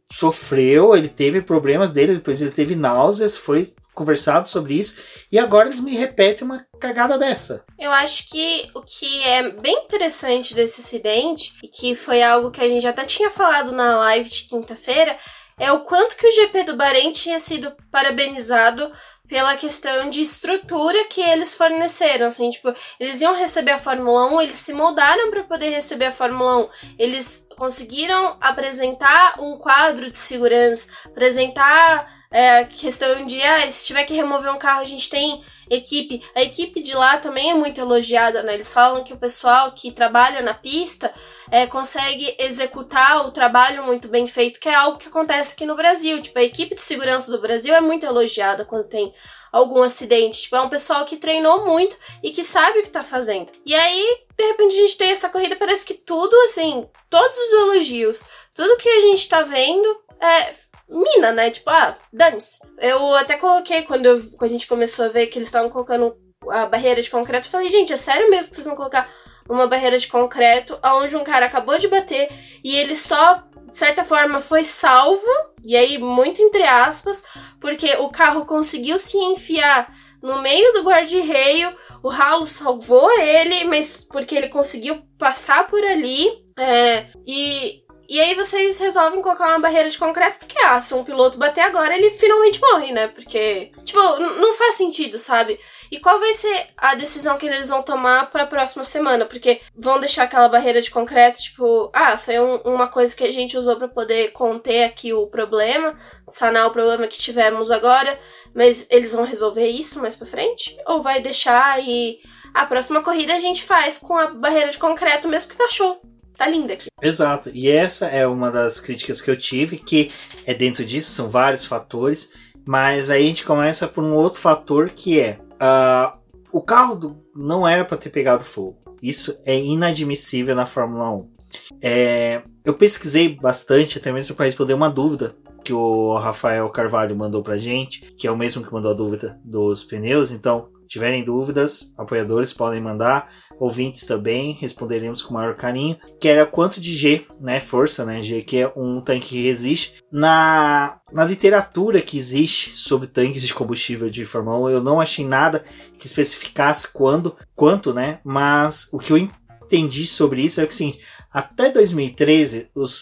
sofreu, ele teve problemas dele, depois ele teve náuseas, foi conversado sobre isso, e agora eles me repetem uma cagada dessa. Eu acho que o que é bem interessante desse acidente, e que foi algo que a gente até tinha falado na live de quinta-feira, é o quanto que o G P do Bahrein tinha sido parabenizado pela questão de estrutura que eles forneceram, assim, tipo, eles iam receber a Fórmula um, eles se moldaram para poder receber a Fórmula um, eles conseguiram apresentar um quadro de segurança, apresentar é, a questão de, ah, se tiver que remover um carro, a gente tem equipe. A equipe de lá também é muito elogiada, né? Eles falam que o pessoal que trabalha na pista é, consegue executar o trabalho muito bem feito, que é algo que acontece aqui no Brasil. Tipo, a equipe de segurança do Brasil é muito elogiada quando tem algum acidente. Tipo, é um pessoal que treinou muito e que sabe o que tá fazendo. E aí, de repente, a gente tem essa corrida, parece que tudo, assim, todos os elogios, tudo que a gente tá vendo é mina, né? Tipo, ah, dane-se. Eu até coloquei, quando, eu, quando a gente começou a ver que eles estavam colocando a barreira de concreto, eu falei, gente, é sério mesmo que vocês vão colocar uma barreira de concreto onde um cara acabou de bater e ele só, de certa forma, foi salvo, e aí, muito entre aspas, porque o carro conseguiu se enfiar no meio do guarda-reio, o ralo salvou ele, mas porque ele conseguiu passar por ali, é, e... E aí vocês resolvem colocar uma barreira de concreto porque, ah, se um piloto bater agora, ele finalmente morre, né? Porque, tipo, n- não faz sentido, sabe? E qual vai ser a decisão que eles vão tomar pra próxima semana? Porque vão deixar aquela barreira de concreto, tipo, ah, foi um, uma coisa que a gente usou pra poder conter aqui o problema, sanar o problema que tivemos agora, mas eles vão resolver isso mais pra frente? Ou vai deixar e a próxima corrida a gente faz com a barreira de concreto mesmo que tá show? Tá linda aqui. Exato, e essa é uma das críticas que eu tive, que é dentro disso, são vários fatores, mas aí a gente começa por um outro fator que é, uh, o carro do, não era para ter pegado fogo, isso é inadmissível na Fórmula um. É, eu pesquisei bastante, até mesmo para responder uma dúvida que o Rafael Carvalho mandou pra gente, que é o mesmo que mandou a dúvida dos pneus, então, tiverem dúvidas, apoiadores podem mandar, ouvintes também, responderemos com o maior carinho, que era quanto de G, né, força, né, G, que é um tanque que resiste. Na, na literatura que existe sobre tanques de combustível de Fórmula um, eu não achei nada que especificasse quando, quanto, né, mas o que eu entendi sobre isso é que, assim, até dois mil e treze, os,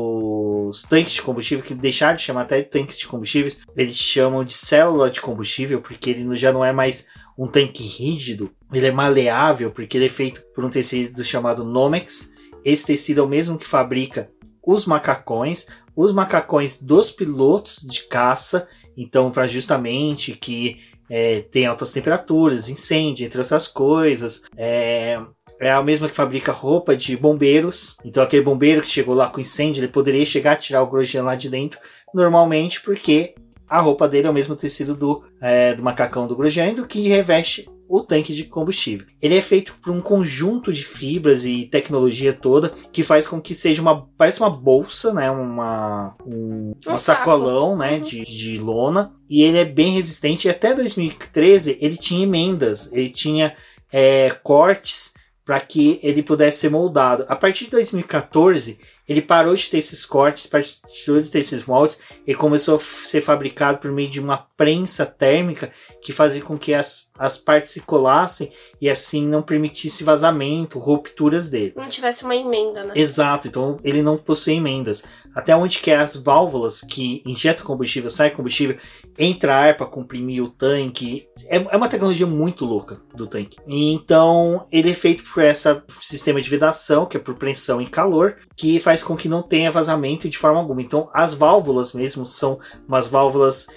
os tanques de combustível, que deixaram de chamar até tanques de combustíveis, eles chamam de célula de combustível, porque ele já não é mais um tanque rígido, ele é maleável, porque ele é feito por um tecido chamado Nomex. Esse tecido é o mesmo que fabrica os macacões, os macacões dos pilotos de caça, então para justamente que é, tem altas temperaturas, incêndio, entre outras coisas, é... É a mesma que fabrica roupa de bombeiros. Então aquele bombeiro que chegou lá com incêndio, ele poderia chegar a tirar o Grosjean lá de dentro normalmente, porque a roupa dele é o mesmo tecido do, é, do macacão do Grosjean, do que reveste o tanque de combustível. Ele é feito por um conjunto de fibras e tecnologia toda que faz com que seja uma, parece uma bolsa, né, uma, um, um uma sacolão, né, uhum. de, de lona, e ele é bem resistente. E até dois mil e treze ele tinha emendas, ele tinha é, cortes para que ele pudesse ser moldado. A partir de dois mil e quatorze, ele parou de ter esses cortes, parou de ter esses moldes, e começou a ser fabricado por meio de uma prensa térmica que fazia com que as, as partes se colassem e assim não permitisse vazamento, rupturas dele. Não tivesse uma emenda, né? Exato, então ele não possui emendas. Até onde que é as válvulas que injetam combustível, sai combustível, entra ar para comprimir o tanque. É, é uma tecnologia muito louca do tanque. Então ele é feito por esse sistema de vedação, que é por pressão e calor, que faz com que não tenha vazamento de forma alguma. Então as válvulas mesmo são umas válvulas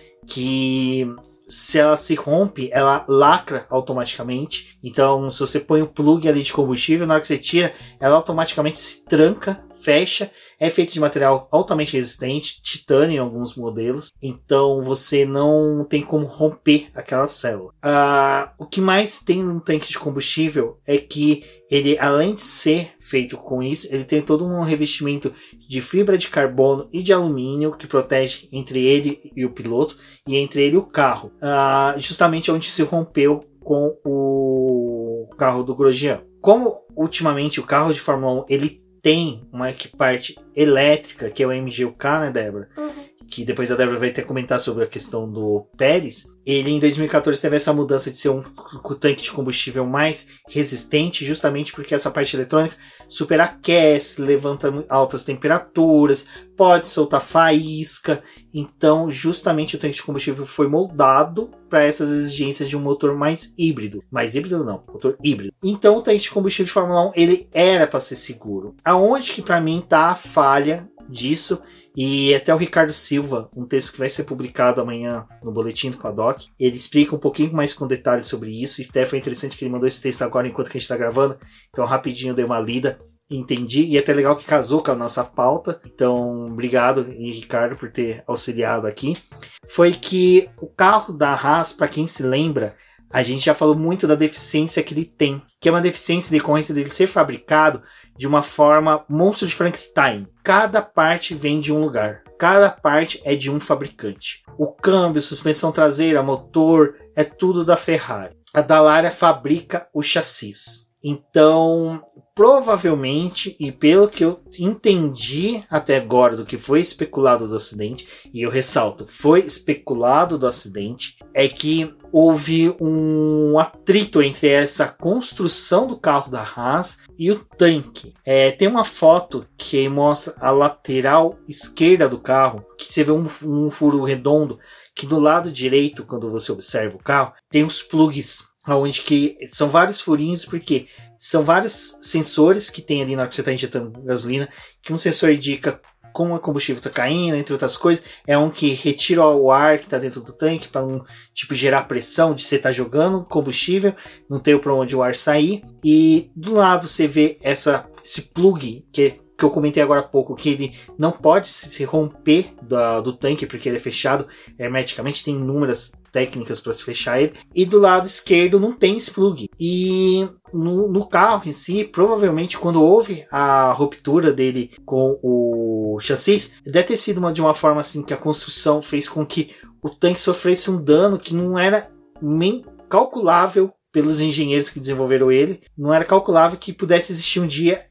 que, se ela se rompe, ela lacra automaticamente. Então se você põe o plug ali de combustível, na hora que você tira, ela automaticamente se tranca, fecha. É feito de material altamente resistente, titânio em alguns modelos, então você não tem como romper aquela célula. Ah, o que mais tem no tanque de combustível é que ele, além de ser feito com isso, ele tem todo um revestimento de fibra de carbono e de alumínio que protege entre ele e o piloto e entre ele e o carro, ah, justamente onde se rompeu com o carro do Grosjean. Como ultimamente o carro de Fórmula um ele tem uma parte elétrica, que é o M G U K, né, Débora? Uhum. Que depois a Débora vai até comentar sobre a questão do Pérez, ele em dois mil e quatorze teve essa mudança de ser um, um tanque de combustível mais resistente, justamente porque essa parte eletrônica superaquece, levanta altas temperaturas, pode soltar faísca, então justamente o tanque de combustível foi moldado para essas exigências de um motor mais híbrido. Mais híbrido não, motor híbrido. Então o tanque de combustível de Fórmula um, ele era para ser seguro. Aonde que para mim tá a falha disso? E até o Ricardo Silva, um texto que vai ser publicado amanhã no Boletim do Paddock, ele explica um pouquinho mais com detalhes sobre isso, e até foi interessante que ele mandou esse texto agora enquanto que a gente está gravando, então rapidinho eu dei uma lida, entendi, e é até legal que casou com a nossa pauta, então obrigado, Ricardo, por ter auxiliado aqui. Foi que o carro da Haas, para quem se lembra, a gente já falou muito da deficiência que ele tem, que é uma deficiência decorrência dele ser fabricado de uma forma monstro de Frankenstein. Cada parte vem de um lugar, cada parte é de um fabricante. O câmbio, suspensão traseira, motor, é tudo da Ferrari. A Dallara fabrica o chassis. Então, provavelmente, e pelo que eu entendi até agora do que foi especulado do acidente, e eu ressalto, foi especulado do acidente, é que houve um atrito entre essa construção do carro da Haas e o tanque. É, tem uma foto que mostra a lateral esquerda do carro, que você vê um, um furo redondo, que do lado direito, quando você observa o carro, tem os plugs, onde que são vários furinhos, porque são vários sensores que tem ali na hora que você está injetando gasolina, que um sensor indica como o combustível está caindo, entre outras coisas. É um que retira o ar que está dentro do tanque para não tipo, gerar pressão de você estar tá jogando combustível, não ter para onde o ar sair. E do lado você vê essa, esse plug que é que eu comentei agora há pouco, que ele não pode se romper do, do tanque, porque ele é fechado hermeticamente, tem inúmeras técnicas para se fechar ele, e do lado esquerdo não tem esse plug. E no, no carro em si, provavelmente quando houve a ruptura dele com o chassi, deve ter sido uma, de uma forma assim que a construção fez com que o tanque sofresse um dano que não era nem calculável pelos engenheiros que desenvolveram ele, não era calculável que pudesse existir um dia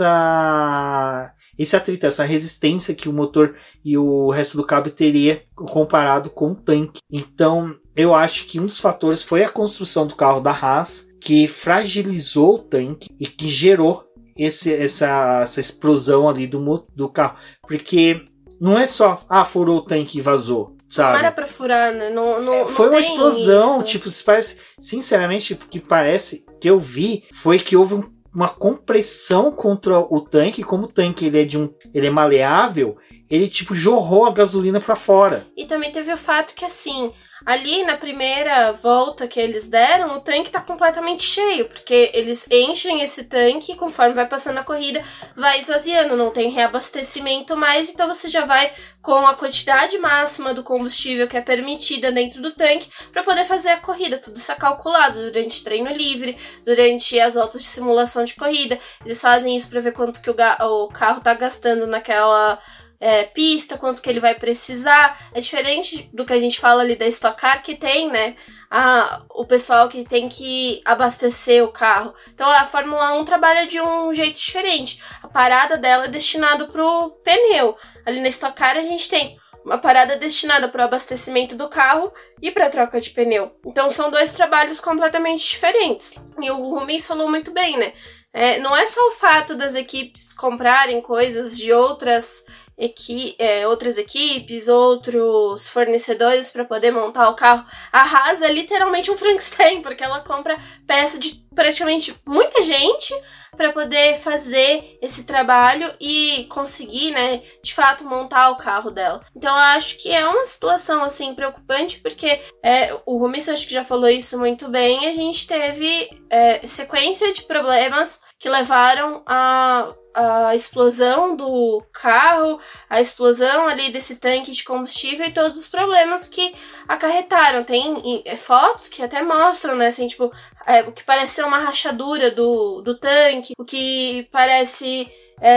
essa esse atrito, essa resistência que o motor e o resto do cabo teria comparado com o tanque. Então, eu acho que um dos fatores foi a construção do carro da Haas, que fragilizou o tanque e que gerou esse, essa, essa explosão ali do, do carro. Porque não é só, ah, furou o tanque e vazou. Sabe? Não era pra furar, né? Não, não, é, foi não uma explosão, isso. tipo, parece, sinceramente, o que parece que eu vi foi que houve um, uma compressão contra o tanque, como o tanque ele é de um, ele é maleável, ele tipo jorrou a gasolina pra fora. E também teve o fato que assim, ali na primeira volta que eles deram, o tanque tá completamente cheio, porque eles enchem esse tanque e conforme vai passando a corrida, vai esvaziando, não tem reabastecimento mais, então você já vai com a quantidade máxima do combustível que é permitida dentro do tanque para poder fazer a corrida, tudo isso é calculado durante treino livre, durante as voltas de simulação de corrida, eles fazem isso para ver quanto que o, o carro tá gastando naquela É, pista, quanto que ele vai precisar. É diferente do que a gente fala ali da Stock Car, que tem, né, a, o pessoal que tem que abastecer o carro. Então a Fórmula um trabalha de um jeito diferente. A parada dela é destinada pro pneu. Ali na Stock Car a gente tem uma parada destinada para o abastecimento do carro e para a troca de pneu. Então são dois trabalhos completamente diferentes. E o Rubens falou muito bem, né? É, não é só o fato das equipes comprarem coisas de outras Equi é, outras equipes, outros fornecedores para poder montar o carro. A Haas é literalmente um Frankenstein, porque ela compra peça de praticamente muita gente para poder fazer esse trabalho e conseguir, né, de fato montar o carro dela. Então eu acho que é uma situação assim preocupante, porque é, o Rubens acho que já falou isso muito bem. A gente teve é, sequência de problemas que levaram a a explosão do carro, a explosão ali desse tanque de combustível e todos os problemas que acarretaram. Tem é, fotos que até mostram, né, assim, tipo, é, o que parece ser uma rachadura do, do tanque, o que parece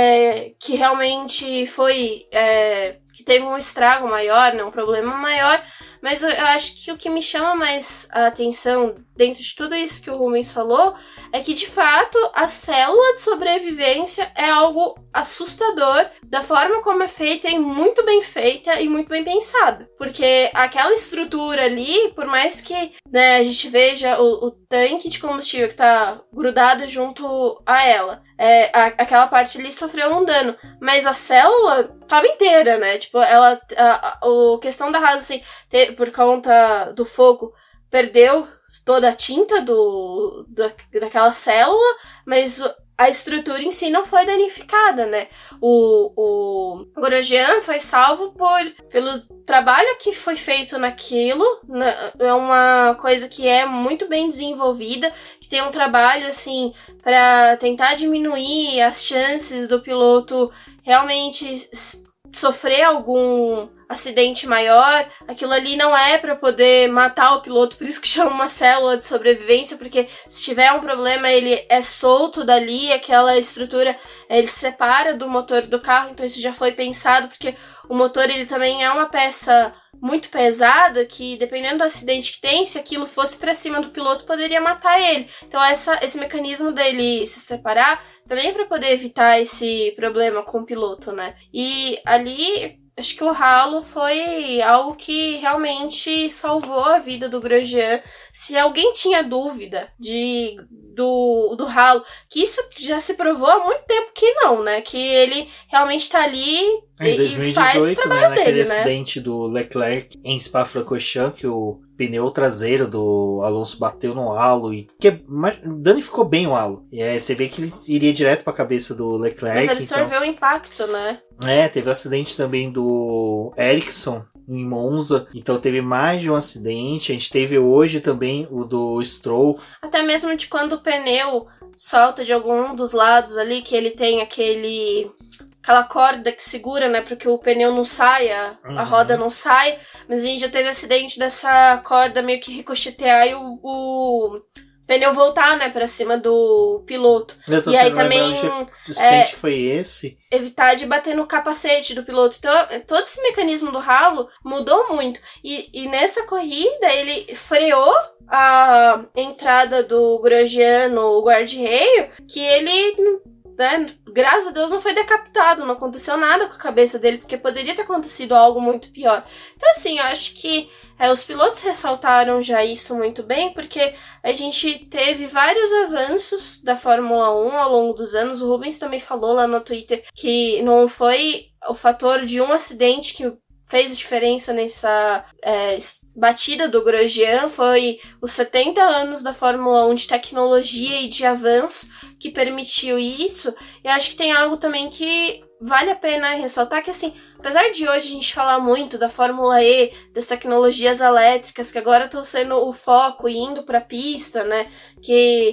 é, que realmente foi, é, que teve um estrago maior, né, um problema maior, Mas eu, eu acho que o que me chama mais a atenção dentro de tudo isso que o Rubens falou é que, de fato, a célula de sobrevivência é algo assustador da forma como é feita e muito bem feita e muito bem pensada. Porque aquela estrutura ali, por mais que, né, a gente veja o, o tanque de combustível que tá grudado junto a ela, é, a, aquela parte ali sofreu um dano, mas a célula tava inteira, né? Tipo, ela, a, a, a questão da Haas, assim, ter, por conta do fogo, perdeu toda a tinta do, do, daquela célula, mas a estrutura em si não foi danificada, né? O, o Grosjean foi salvo por, pelo trabalho que foi feito naquilo, né? É uma coisa que é muito bem desenvolvida, que tem um trabalho, assim, para tentar diminuir as chances do piloto realmente sofrer algum acidente maior. Aquilo ali não é para poder matar o piloto, por isso que chama uma célula de sobrevivência, porque se tiver um problema ele é solto dali, aquela estrutura ele se separa do motor do carro, então isso já foi pensado, porque o motor ele também é uma peça muito pesada que, dependendo do acidente que tem, se aquilo fosse para cima do piloto, poderia matar ele. Então essa, esse mecanismo dele se separar também é para poder evitar esse problema com o piloto, né? E ali acho que o ralo foi algo que realmente salvou a vida do Grosjean. Se alguém tinha dúvida de, do, do ralo, que isso já se provou há muito tempo que não, né? Que ele realmente tá ali em e, dois mil e dezoito, e faz o trabalho né, naquele dele, né? acidente do Leclerc em Spa-Francorchamps, que o pneu traseiro do Alonso bateu no halo e que danificou bem o halo. E aí você vê que ele iria direto pra cabeça do Leclerc. Mas absorveu então o impacto, né? É, teve o acidente também do Ericsson em Monza, então teve mais de um acidente. A gente teve hoje também o do Stroll. Até mesmo de quando o pneu solta de algum dos lados ali, que ele tem aquele... aquela corda que segura, né, para que o pneu não saia, uhum. a roda não saia, mas a gente já teve acidente dessa corda meio que ricochetear e o, o pneu voltar, né, para cima do piloto. Eu e aí também o acidente é, que foi esse. Evitar de bater no capacete do piloto. Então, todo esse mecanismo do ralo mudou muito. E, e nessa corrida, ele freou a entrada do Grosjean no guarda-reio, que ele... né, graças a Deus não foi decapitado, não aconteceu nada com a cabeça dele, porque poderia ter acontecido algo muito pior. Então, assim, eu acho que é, os pilotos ressaltaram já isso muito bem, porque a gente teve vários avanços da Fórmula um ao longo dos anos. O Rubens também falou lá no Twitter que não foi o fator de um acidente que fez diferença nessa é, batida do Grosjean, foi os setenta anos da Fórmula um de tecnologia e de avanço que permitiu isso. E acho que tem algo também que vale a pena ressaltar, que assim, apesar de hoje a gente falar muito da Fórmula E, das tecnologias elétricas que agora estão sendo o foco e indo para a pista, né, que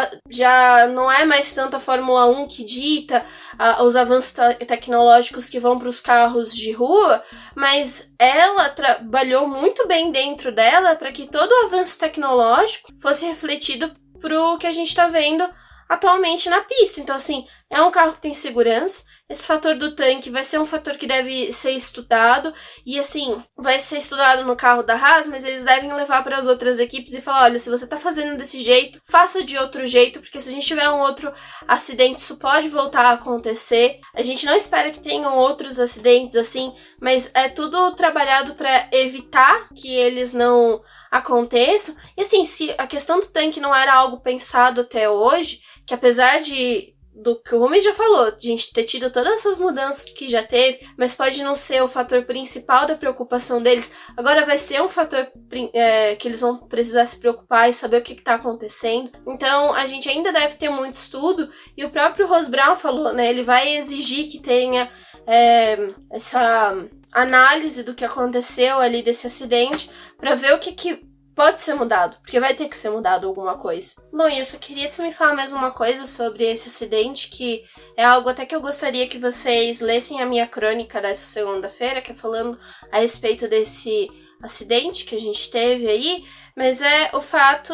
já não é mais tanto a Fórmula um que dita uh, os avanços te- tecnológicos que vão para os carros de rua, mas ela trabalhou muito bem dentro dela para que todo o avanço tecnológico fosse refletido pro que a gente está vendo atualmente na pista. Então, assim, é um carro que tem segurança. Esse fator do tanque vai ser um fator que deve ser estudado. E, assim, vai ser estudado no carro da Haas, mas eles devem levar para as outras equipes e falar, olha, se você tá fazendo desse jeito, faça de outro jeito, porque se a gente tiver um outro acidente, isso pode voltar a acontecer. A gente não espera que tenham outros acidentes assim, mas é tudo trabalhado para evitar que eles não aconteçam. E, assim, se a questão do tanque não era algo pensado até hoje, que apesar de do que o Rubens já falou, de a gente ter tido todas essas mudanças que já teve, mas pode não ser o fator principal da preocupação deles, agora vai ser um fator é, que eles vão precisar se preocupar e saber o que está acontecendo. Então a gente ainda deve ter muito estudo, e o próprio Ross Brown falou, né, ele vai exigir que tenha é, essa análise do que aconteceu ali desse acidente, para ver o que que pode ser mudado, porque vai ter que ser mudado alguma coisa. Bom, e eu só queria também falar mais uma coisa sobre esse acidente, que é algo até que eu gostaria que vocês lessem a minha crônica dessa segunda-feira, que é falando a respeito desse acidente que a gente teve aí, mas é o fato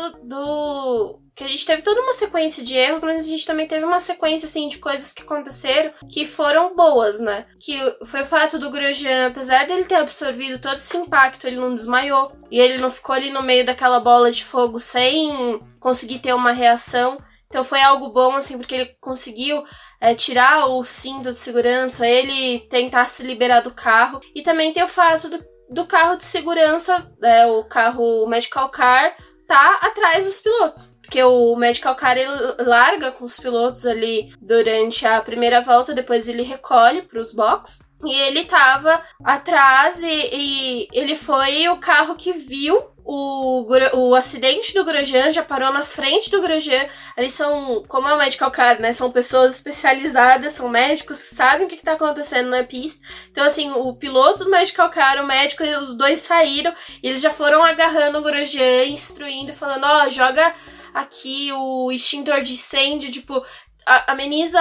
do... que a gente teve toda uma sequência de erros, mas a gente também teve uma sequência, assim, de coisas que aconteceram que foram boas, né? Que foi o fato do Grosjean, apesar dele ter absorvido todo esse impacto, ele não desmaiou. E ele não ficou ali no meio daquela bola de fogo sem conseguir ter uma reação. Então foi algo bom, assim, porque ele conseguiu é, tirar o cinto de segurança, ele tentar se liberar do carro. E também tem o fato do, do carro de segurança, é, o carro o Medical Car, tá atrás dos pilotos. Porque o Medical Car ele larga com os pilotos ali durante a primeira volta, depois ele recolhe para os boxes. E ele tava atrás e, e ele foi o carro que viu o, o acidente do Grosjean, já parou na frente do Grosjean. Eles são, como é o Medical Car, né? São pessoas especializadas, são médicos que sabem o que, que tá acontecendo na pista. Então, assim, o piloto do Medical Car, o médico, os dois saíram e eles já foram agarrando o Grosjean, instruindo, falando, ó, oh, joga aqui o extintor de incêndio, tipo, a, ameniza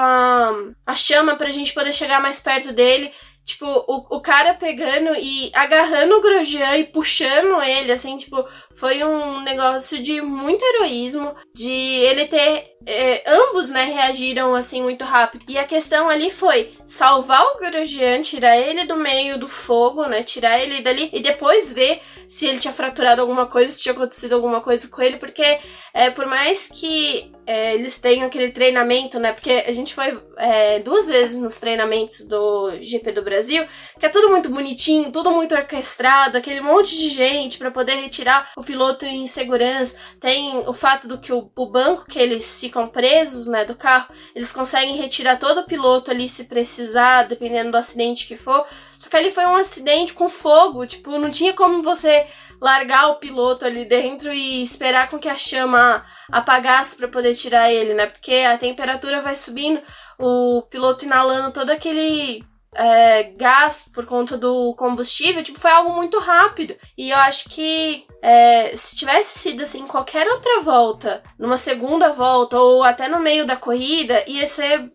a, a chama pra gente poder chegar mais perto dele. Tipo, o, o cara pegando e agarrando o Grosjean e puxando ele, assim, tipo, foi um negócio de muito heroísmo, de ele ter... É, ambos, né, reagiram, assim, muito rápido. E a questão ali foi salvar o Grosjean, tirar ele do meio do fogo, né, tirar ele dali e depois ver se ele tinha fraturado alguma coisa, se tinha acontecido alguma coisa com ele, porque é, por mais que é, eles tenham aquele treinamento, né, porque a gente foi é, duas vezes nos treinamentos do G P do Brasil, que é tudo muito bonitinho, tudo muito orquestrado, aquele monte de gente pra poder retirar o piloto em segurança. Tem o fato do que o, o banco que eles ficam presos, né, do carro, eles conseguem retirar todo o piloto ali se precisar, dependendo do acidente que for. Só que ali foi um acidente com fogo, tipo, não tinha como você largar o piloto ali dentro e esperar com que a chama apagasse para poder tirar ele, né? Porque a temperatura vai subindo, o piloto inalando todo aquele é, gás por conta do combustível, tipo, foi algo muito rápido. E eu acho que é, se tivesse sido assim, qualquer outra volta, numa segunda volta ou até no meio da corrida, ia ser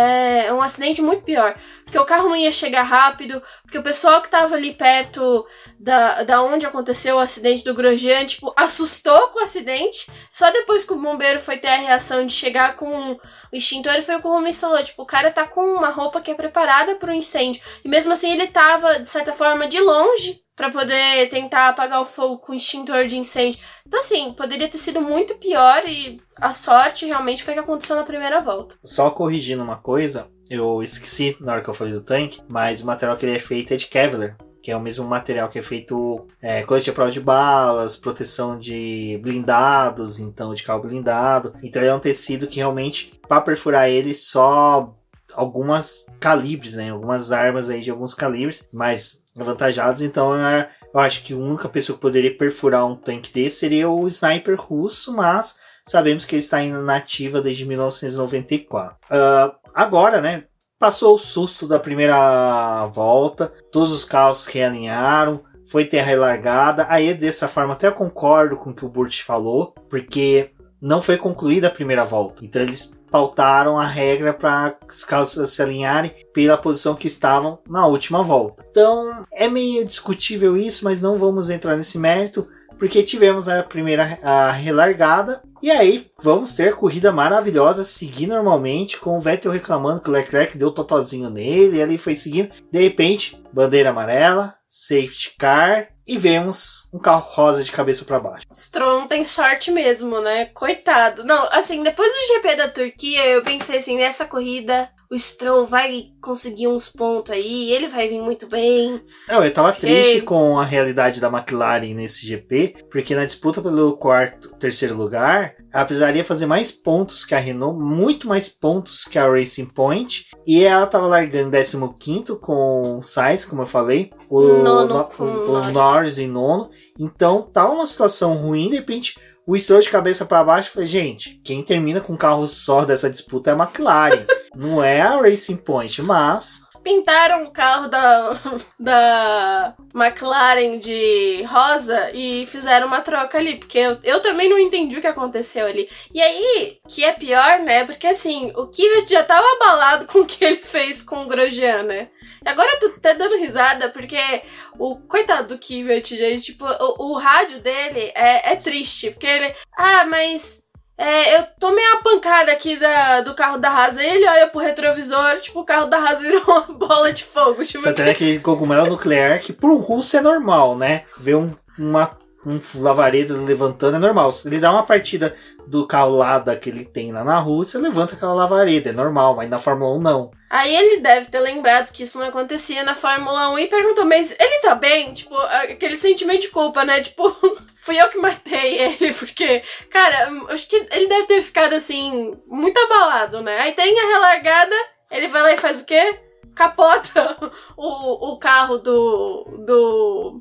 é, um acidente muito pior, porque o carro não ia chegar rápido, porque o pessoal que tava ali perto da, da onde aconteceu o acidente do Grosjean, tipo, assustou com o acidente, só depois que o bombeiro foi ter a reação de chegar com o extintor, e foi o que o Rubens falou, tipo, o cara tá com uma roupa que é preparada pro incêndio, e mesmo assim ele tava, de certa forma, de longe, pra poder tentar apagar o fogo com extintor de incêndio. Então, assim, poderia ter sido muito pior e a sorte realmente foi o que aconteceu na primeira volta. Só corrigindo uma coisa, eu esqueci na hora que eu falei do tanque, mas o material que ele é feito é de Kevlar, que é o mesmo material que é feito é, colete à prova de balas, proteção de blindados, então de carro blindado. Então ele é um tecido que realmente, para perfurar ele, só algumas calibres, né? Algumas armas aí de alguns calibres, mas avantajados. Então é, eu acho que a única pessoa que poderia perfurar um tanque desse seria o sniper russo, mas sabemos que ele está indo na ativa desde mil novecentos e noventa e quatro. Uh, agora, né? Passou o susto da primeira volta, todos os carros realinharam, foi terra relargada. Aí dessa forma até eu concordo com o que o Burt falou, porque não foi concluída a primeira volta. Então eles pautaram a regra para os carros se alinharem pela posição que estavam na última volta. Então é meio discutível isso, mas não vamos entrar nesse mérito, porque tivemos a primeira a relargada, e aí vamos ter corrida maravilhosa, seguir normalmente, com o Vettel reclamando que o Leclerc deu totozinho nele, e ali foi seguindo, de repente, bandeira amarela, safety car, e vemos um carro rosa de cabeça para baixo. Stroll não tem sorte mesmo, né? Coitado. Não, assim, depois do G P da Turquia, eu pensei assim, nessa corrida o Stroll vai conseguir uns pontos aí, ele vai vir muito bem. Não, eu tava porque... triste com a realidade da McLaren nesse G P, porque na disputa pelo quarto, terceiro lugar, ela precisaria fazer mais pontos que a Renault, muito mais pontos que a Racing Point, e ela tava largando décimo quinto com o Sainz, como eu falei, o, nono no, com o, Norris. o Norris em nono, então tá uma situação ruim, de repente o Stroll de cabeça para baixo, eu falei, gente, quem termina com um carro só dessa disputa é a McLaren, não é a Racing Point, mas pintaram o carro da, da McLaren de rosa e fizeram uma troca ali, porque eu, eu também não entendi o que aconteceu ali. E aí, que é pior, né, porque assim, o Kvyat já tava abalado com o que ele fez com o Grosjean, né? E agora eu tô até dando risada, porque o coitado do Kvyat, gente, tipo, o, o rádio dele é, é triste, porque ele, ah, mas... É, eu tomei uma pancada aqui da, do carro da Haas, e ele olha pro retrovisor, tipo, o carro da Haas virou uma bola de fogo. Tipo, Tanto é aquele cogumelo nuclear que para um russo é normal, né? Ver um, uma, um lavareda levantando é normal. Se ele dá uma partida do carro lá da que ele tem lá na Rússia, levanta aquela lavareda, é normal, mas na Fórmula um não. Aí ele deve ter lembrado que isso não acontecia na Fórmula um e perguntou, mas ele tá bem? Tipo, aquele sentimento de culpa, né? Tipo... Fui eu que matei ele, porque, cara, acho que ele deve ter ficado, assim, muito abalado, né? Aí tem a relargada, ele vai lá e faz o quê? Capota o, o carro do, do,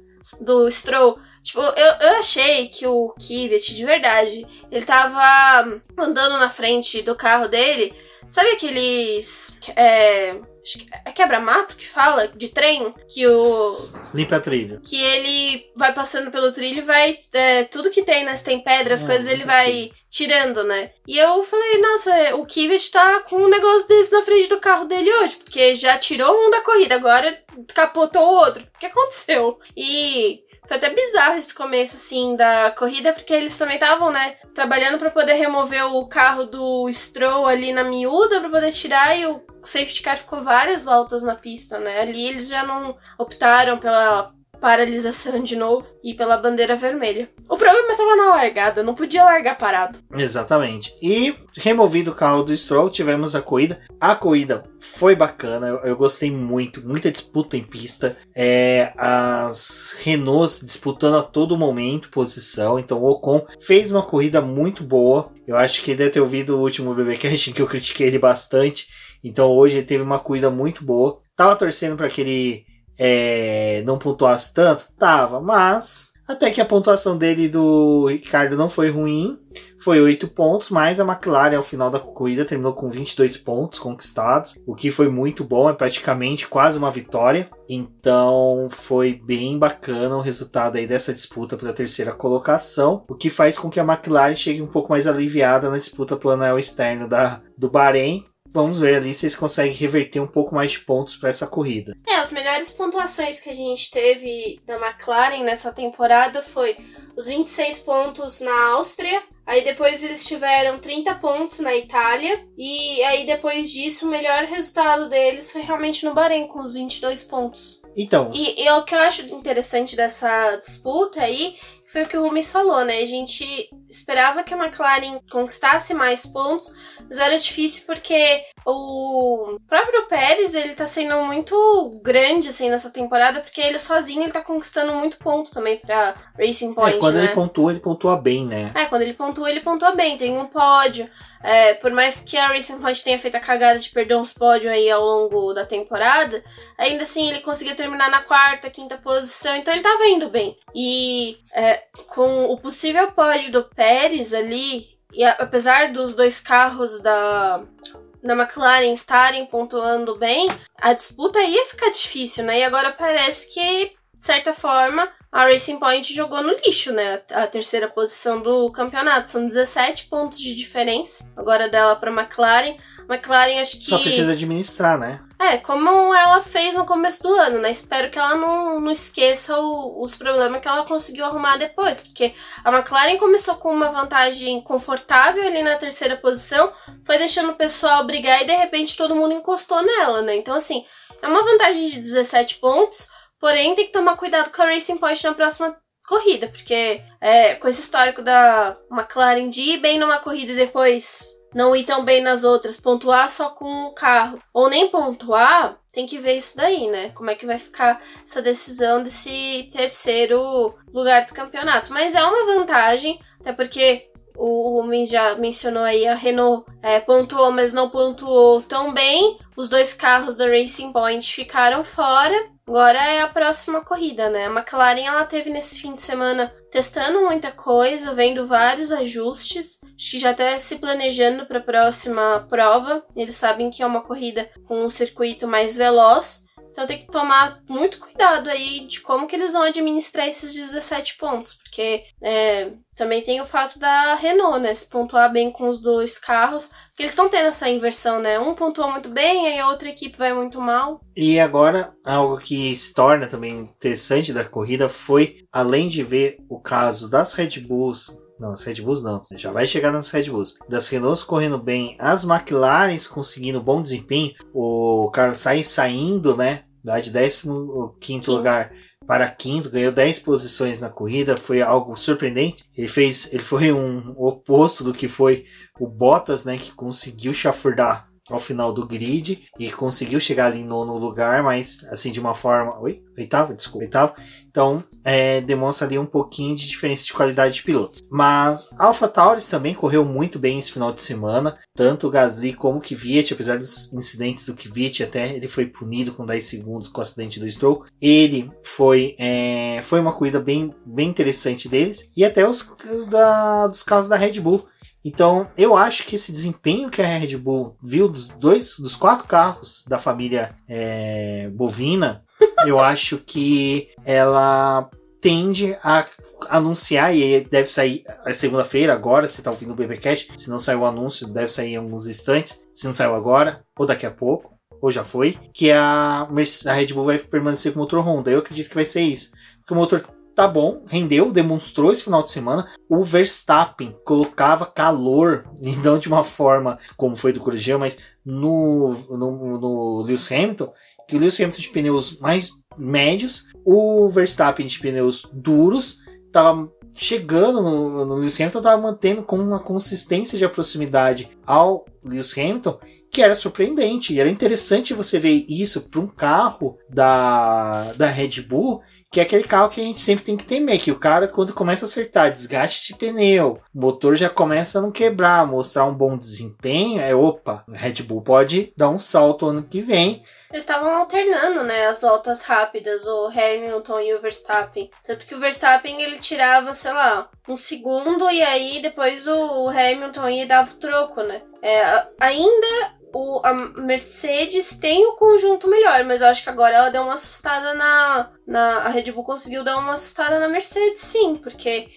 do Stroll. Tipo, eu, eu achei que o Kvyat, de verdade, ele tava andando na frente do carro dele, sabe aqueles... É, é quebra-mato que fala? De trem? Que o... Limpa trilho. Que ele vai passando pelo trilho e vai... É, tudo que tem, né? Se tem pedras, é, coisas, ele vai tirando, né? E eu falei, nossa, o Kvyat tá com um negócio desse na frente do carro dele hoje, porque já tirou um da corrida, agora capotou o outro. O que aconteceu? E... Foi até bizarro esse começo, assim, da corrida, porque eles também estavam, né, trabalhando pra poder remover o carro do Stroll ali na miúda, pra poder tirar, e o safety car ficou várias voltas na pista, né? Ali eles já não optaram pela paralisação de novo e pela bandeira vermelha. O problema estava na largada, não podia largar parado. Exatamente. E removido o carro do Stroll, tivemos a corrida. A corrida foi bacana, eu, eu gostei muito, muita disputa em pista. É, as Renaults disputando a todo momento posição, então o Ocon fez uma corrida muito boa. Eu acho que ele deve ter ouvido o último BBcast em que eu critiquei ele bastante, então hoje ele teve uma corrida muito boa. Tava torcendo para que ele É, não pontuasse tanto? Tava, mas até que a pontuação dele e do Ricardo não foi ruim, foi oito pontos, mas a McLaren ao final da corrida terminou com vinte e dois pontos conquistados, o que foi muito bom, é praticamente quase uma vitória, então foi bem bacana o resultado aí dessa disputa pela terceira colocação, o que faz com que a McLaren chegue um pouco mais aliviada na disputa pelo anel externo da, do Bahrein. Vamos ver ali se eles conseguem reverter um pouco mais de pontos para essa corrida. É, as melhores pontuações que a gente teve da McLaren nessa temporada foi os vinte e seis pontos na Áustria, aí depois eles tiveram trinta pontos na Itália, e aí depois disso o melhor resultado deles foi realmente no Bahrein, com os vinte e dois pontos. Então... E, e o que eu acho interessante dessa disputa aí foi o que o Rubens falou, né? A gente esperava que a McLaren conquistasse mais pontos, mas era difícil porque o próprio Pérez, ele tá sendo muito grande, assim, nessa temporada, porque ele sozinho, ele tá conquistando muito ponto também pra Racing Point, é, quando né? ele pontua, ele pontua bem, né? É, quando ele pontua, ele pontua bem, tem um pódio. É, por mais que a Racing Point tenha feito a cagada de perder uns pódios aí ao longo da temporada, ainda assim ele conseguia terminar na quarta, quinta posição, então ele tava indo bem. E é, com o possível pódio do Pérez ali, e a, apesar dos dois carros da, da McLaren estarem pontuando bem, a disputa ia ficar difícil, né? E agora parece que, de certa forma, a Racing Point jogou no lixo, né? A terceira posição do campeonato. São dezessete pontos de diferença agora dela para a McLaren. McLaren, acho que... Só precisa administrar, né? É, como ela fez no começo do ano, né? Espero que ela não, não esqueça o, os problemas que ela conseguiu arrumar depois. Porque a McLaren começou com uma vantagem confortável ali na terceira posição, foi deixando o pessoal brigar e de repente todo mundo encostou nela, né? Então, assim, é uma vantagem de dezessete pontos, porém tem que tomar cuidado com a Racing Point na próxima corrida, porque é, com esse histórico da McLaren de ir bem numa corrida e depois não ir tão bem nas outras, pontuar só com o carro, ou nem pontuar, tem que ver isso daí, né? Como é que vai ficar essa decisão desse terceiro lugar do campeonato. Mas é uma vantagem, até porque o Rubens já mencionou aí, a Renault é, pontuou, mas não pontuou tão bem. Os dois carros da Racing Point ficaram fora. agora é a próxima corrida, né? A McLaren, ela teve nesse fim de semana testando muita coisa, vendo vários ajustes, acho que já até se planejando para a próxima prova. Eles sabem que é uma corrida com um circuito mais veloz, então tem que tomar muito cuidado aí de como que eles vão administrar esses dezessete pontos, porque é, também tem o fato da Renault, né, se pontuar bem com os dois carros, porque eles estão tendo essa inversão, né, um pontua muito bem, aí a outra equipe vai muito mal. E agora, algo que se torna também interessante da corrida foi, além de ver o caso das Red Bulls, não, as Red Bulls não, já vai chegar nas Red Bulls, das Renaults correndo bem, as McLarens conseguindo bom desempenho, o Carlos Sainz saindo, né, de décimo quinto lugar para quinto, ganhou dez posições na corrida, foi algo surpreendente. Ele fez, ele foi um oposto do que foi o Bottas, né, que conseguiu chafurdar ao final do grid e conseguiu chegar ali em nono lugar, mas assim de uma forma, oi, oitavo, desculpa, oitavo. Então é, demonstra ali um pouquinho de diferença de qualidade de pilotos. Mas a AlphaTauri também correu muito bem esse final de semana, tanto o Gasly como o Kvyat, apesar dos incidentes do Kvyat, até ele foi punido com dez segundos com o acidente do Stroll. Ele foi, é, foi uma corrida bem, bem interessante deles, e até os, os da, dos carros da Red Bull. Então, eu acho que esse desempenho que a Red Bull viu dos dois, dos quatro carros da família é, bovina, eu acho que ela tende a anunciar, e deve sair a segunda-feira agora, você está ouvindo o BBcast, se não saiu o anúncio, deve sair em alguns instantes, se não saiu agora, ou daqui a pouco, ou já foi, que a, a Red Bull vai permanecer com o motor Honda. Eu acredito que vai ser isso, porque o motor tá bom, rendeu, demonstrou esse final de semana. O Verstappen colocava calor, e não de uma forma como foi do Corujão, mas no, no, no Lewis Hamilton, que o Lewis Hamilton de pneus mais médios, o Verstappen de pneus duros, tava chegando no, no Lewis Hamilton, tava mantendo com uma consistência de proximidade ao Lewis Hamilton, que era surpreendente. E era interessante você ver isso para um carro da, da Red Bull, que é aquele carro que a gente sempre tem que temer, que o cara, quando começa a acertar desgaste de pneu, o motor já começa a não quebrar, mostrar um bom desempenho, é opa, a Red Bull pode dar um salto ano que vem. Eles estavam alternando, né, as voltas rápidas, o Hamilton e o Verstappen. Tanto que o Verstappen, ele tirava, sei lá, um segundo, e aí depois o Hamilton ia e dava o troco, né. É, ainda o, a Mercedes tem o conjunto melhor, mas eu acho que agora ela deu uma assustada na... na a Red Bull conseguiu dar uma assustada na Mercedes, sim, porque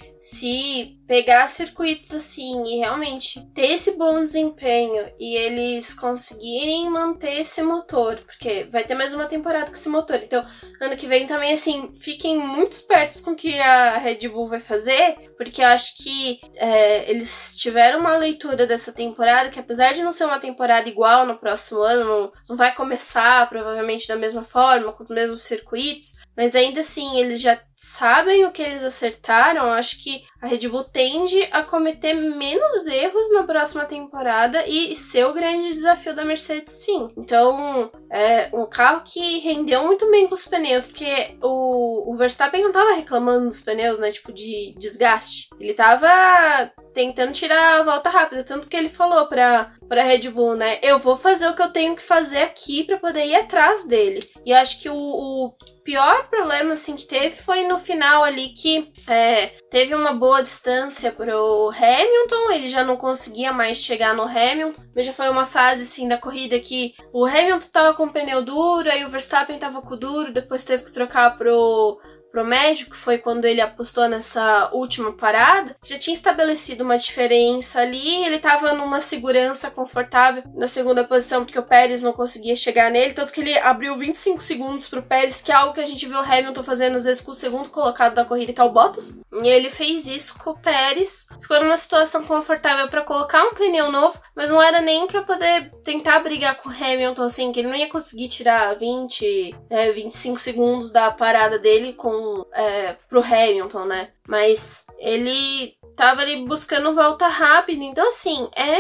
se pegar circuitos assim e realmente ter esse bom desempenho e eles conseguirem manter esse motor, porque vai ter mais uma temporada com esse motor, então ano que vem também, assim, fiquem muito espertos com o que a Red Bull vai fazer, porque eu acho que é, eles tiveram uma leitura dessa temporada que, apesar de não ser uma temporada igual no próximo ano, não, não vai começar provavelmente da mesma forma, com os mesmos circuitos, mas ainda assim eles já sabem o que eles acertaram. Eu acho que a Red Bull tende a cometer menos erros na próxima temporada e ser o grande desafio da Mercedes, sim. Então, é um carro que rendeu muito bem com os pneus, porque o, o Verstappen não tava reclamando dos pneus, né, tipo, de desgaste. Ele tava tentando tirar a volta rápida, tanto que ele falou pra, pra Red Bull, né, eu vou fazer o que eu tenho que fazer aqui pra poder ir atrás dele. E eu acho que o, o pior problema, assim, que teve foi no final ali, que é, teve uma boa distância pro Hamilton, ele já não conseguia mais chegar no Hamilton, mas já foi uma fase, assim, da corrida que o Hamilton tava com o pneu duro, aí o Verstappen tava com o duro, depois teve que trocar pro... pro médico, foi quando ele apostou nessa última parada, já tinha estabelecido uma diferença ali, ele tava numa segurança confortável na segunda posição, porque o Pérez não conseguia chegar nele, tanto que ele abriu vinte e cinco segundos pro Pérez, que é algo que a gente viu o Hamilton fazendo às vezes com o segundo colocado da corrida, que é o Bottas, e ele fez isso com o Pérez, ficou numa situação confortável para colocar um pneu novo, mas não era nem para poder tentar brigar com o Hamilton, assim, que ele não ia conseguir tirar vinte, é, vinte e cinco segundos da parada dele com É, pro Hamilton, né? Mas ele tava ali buscando volta rápida, então assim, é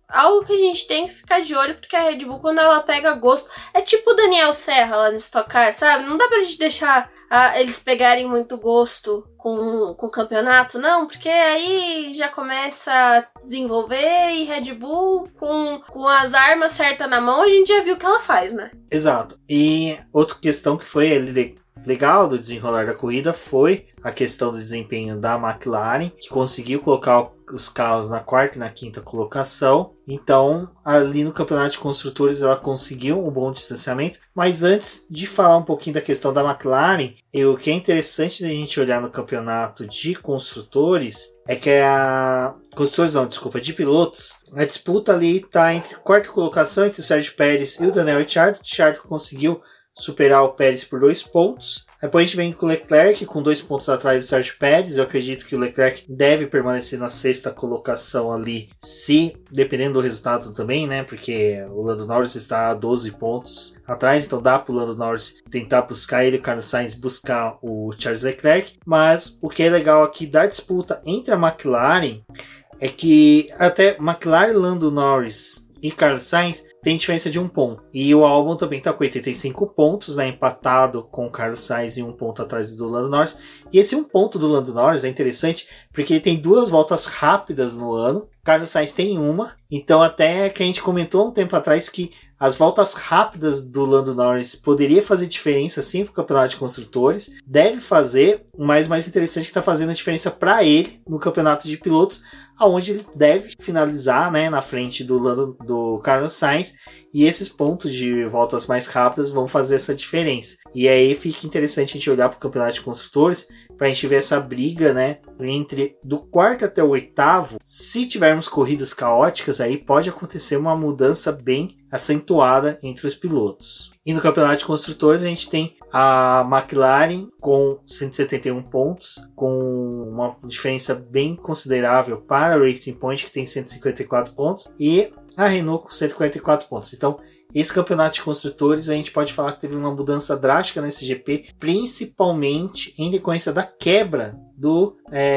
algo que a gente tem que ficar de olho, porque a Red Bull, quando ela pega gosto, é tipo o Daniel Serra lá no Stock Car, sabe? Não dá pra gente deixar ah, eles pegarem muito gosto com, com o campeonato, não, porque aí já começa a desenvolver e Red Bull com, com as armas certas na mão, a gente já viu o que ela faz, né? Exato. E outra questão que foi legal do desenrolar da corrida foi a questão do desempenho da McLaren, que conseguiu colocar os carros na quarta e na quinta colocação. Então, ali no campeonato de construtores, ela conseguiu um bom distanciamento. Mas antes de falar um pouquinho da questão da McLaren, o que é interessante da gente olhar no campeonato de construtores é que a... Construtores não, desculpa, de pilotos. A disputa ali está entre quarta colocação, entre o Sérgio Pérez e o Daniel Ricciardo. O Ricciardo conseguiu superar o Pérez por dois pontos. Depois a gente vem com o Leclerc, com dois pontos atrás do Sérgio Pérez. Eu acredito que o Leclerc deve permanecer na sexta colocação ali, se dependendo do resultado também, né? Porque o Lando Norris está a doze pontos atrás, então dá para o Lando Norris tentar buscar ele, o Carlos Sainz buscar o Charles Leclerc. Mas o que é legal aqui da disputa entre a McLaren é que até McLaren, Lando Norris e Carlos Sainz tem diferença de um ponto. E o Albon também está com oitenta e cinco pontos, né, empatado com o Carlos Sainz e um ponto atrás do Lando Norris. E esse um ponto do Lando Norris é interessante porque ele tem duas voltas rápidas no ano. O Carlos Sainz tem uma. Então até que a gente comentou um tempo atrás que as voltas rápidas do Lando Norris poderia fazer diferença sim para o campeonato de construtores. Deve fazer, mas mais interessante é que está fazendo a diferença para ele no campeonato de pilotos, aonde ele deve finalizar, né, na frente do, Lando, do Carlos Sainz. E esses pontos de voltas mais rápidas vão fazer essa diferença. E aí fica interessante a gente olhar para o campeonato de construtores para a gente ver essa briga, né, entre do quarto até o oitavo. Se tivermos corridas caóticas, aí pode acontecer uma mudança bem acentuada entre os pilotos. E no campeonato de construtores a gente tem a McLaren com cento e setenta e um pontos, com uma diferença bem considerável para a Racing Point, que tem cento e cinquenta e quatro pontos, e a Renault com cento e quarenta e quatro pontos. Então, esse campeonato de construtores a gente pode falar que teve uma mudança drástica nesse G P, principalmente em decorrência da quebra do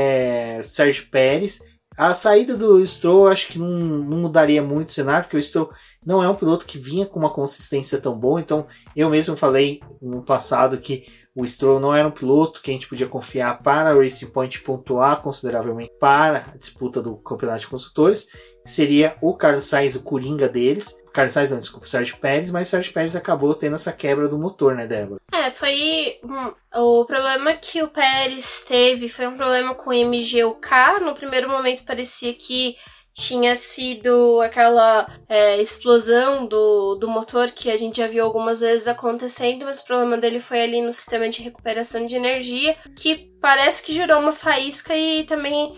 é, Sérgio Pérez. A saída do Stroll acho que não, não mudaria muito o cenário, porque o Stroll não é um piloto que vinha com uma consistência tão boa. Então eu mesmo falei no passado que o Stroll não era um piloto que a gente podia confiar para a Racing Point pontuar consideravelmente para a disputa do campeonato de construtores. Seria o Carlos Sainz, o coringa deles. Carlos Sainz não, desculpa, o Sérgio Pérez, mas o Sérgio Pérez acabou tendo essa quebra do motor, né, Débora? É, foi... Hum, o problema que o Pérez teve foi um problema com o M G U K. No primeiro momento parecia que tinha sido aquela é, explosão do, do motor que a gente já viu algumas vezes acontecendo, mas o problema dele foi ali no sistema de recuperação de energia, que parece que gerou uma faísca e também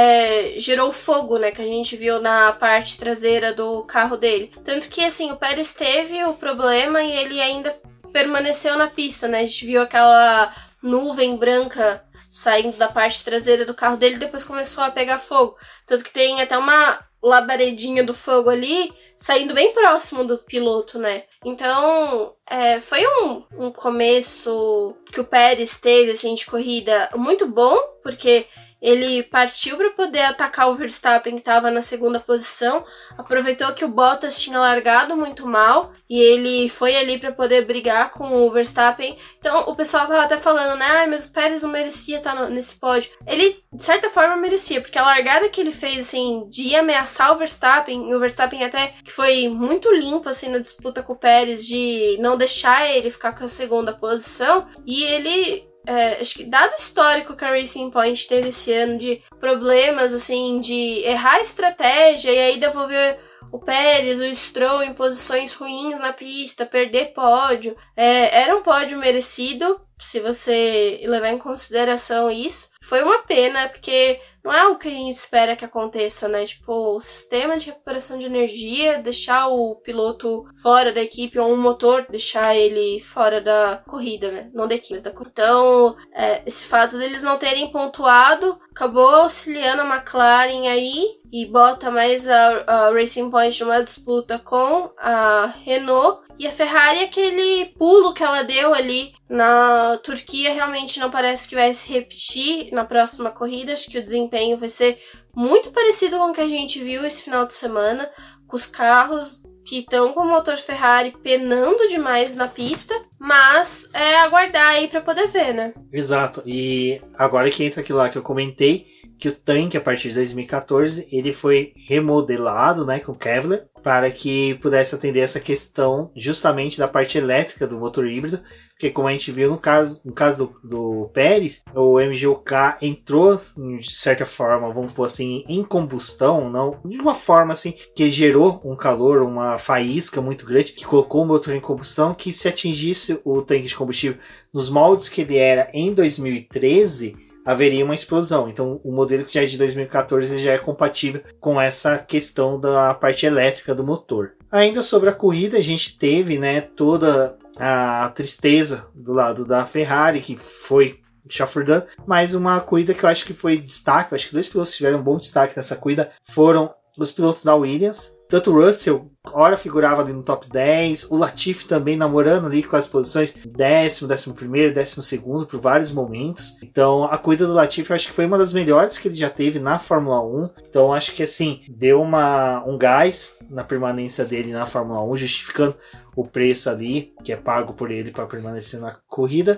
é, gerou fogo, né, que a gente viu na parte traseira do carro dele. Tanto que, assim, o Pérez teve o problema e ele ainda permaneceu na pista, né, a gente viu aquela nuvem branca saindo da parte traseira do carro dele, depois começou a pegar fogo. Tanto que tem até uma labaredinha do fogo ali, saindo bem próximo do piloto, né? Então, é, foi um, um começo que o Pérez teve, assim, de corrida muito bom, porque ele partiu para poder atacar o Verstappen, que estava na segunda posição, aproveitou que o Bottas tinha largado muito mal e ele foi ali para poder brigar com o Verstappen. Então o pessoal tava até falando, né, ah, mas o Pérez não merecia estar nesse pódio. Ele, de certa forma, merecia, porque a largada que ele fez, assim, de ameaçar o Verstappen, e o Verstappen até que foi muito limpo, assim, na disputa com o Pérez, de não deixar ele ficar com a segunda posição, e ele... É, acho que dado o histórico que a Racing Point teve esse ano de problemas, assim, de errar a estratégia e aí devolver o Pérez, o Stroll em posições ruins na pista, perder pódio, é, era um pódio merecido, se você levar em consideração isso. Foi uma pena, porque não é o que a gente espera que aconteça, né? Tipo, o sistema de recuperação de energia, deixar o piloto fora da equipe, ou um motor, deixar ele fora da corrida, né? Não da equipe, mas da corrida. Então, é, esse fato deles não terem pontuado acabou auxiliando a McLaren aí e bota mais a, a Racing Point numa disputa com a Renault. E a Ferrari, aquele pulo que ela deu ali na Turquia, realmente não parece que vai se repetir na próxima corrida. Acho que o desempenho desempenho vai ser muito parecido com o que a gente viu esse final de semana, com os carros que estão com o motor Ferrari penando demais na pista, mas é aguardar aí para poder ver, né? Exato, e agora que entra aquilo lá que eu comentei, que o tanque, a partir de dois mil e catorze, ele foi remodelado, né, com Kevlar, para que pudesse atender essa questão justamente da parte elétrica do motor híbrido, porque como a gente viu no caso, no caso do, do Pérez, o M G U K entrou, de certa forma, vamos pôr assim, em combustão, não, de uma forma assim, que gerou um calor, uma faísca muito grande, que colocou o motor em combustão, que se atingisse o tanque de combustível nos moldes que ele era em dois mil e treze, haveria uma explosão. Então o modelo que já é de dois mil e catorze ele já é compatível com essa questão da parte elétrica do motor. Ainda sobre a corrida, a gente teve, né, toda a tristeza do lado da Ferrari, que foi chafurdando, mas uma corrida que eu acho que foi destaque, eu acho que dois pilotos tiveram um bom destaque nessa corrida, foram os pilotos da Williams. Tanto o Russell, ora figurava ali no top dez, o Latifi também namorando ali com as posições décimo, décimo primeiro, décimo segundo por vários momentos. Então a corrida do Latifi eu acho que foi uma das melhores que ele já teve na Fórmula um. Então acho que assim, deu uma, um gás na permanência dele na Fórmula um, justificando o preço ali que é pago por ele para permanecer na corrida.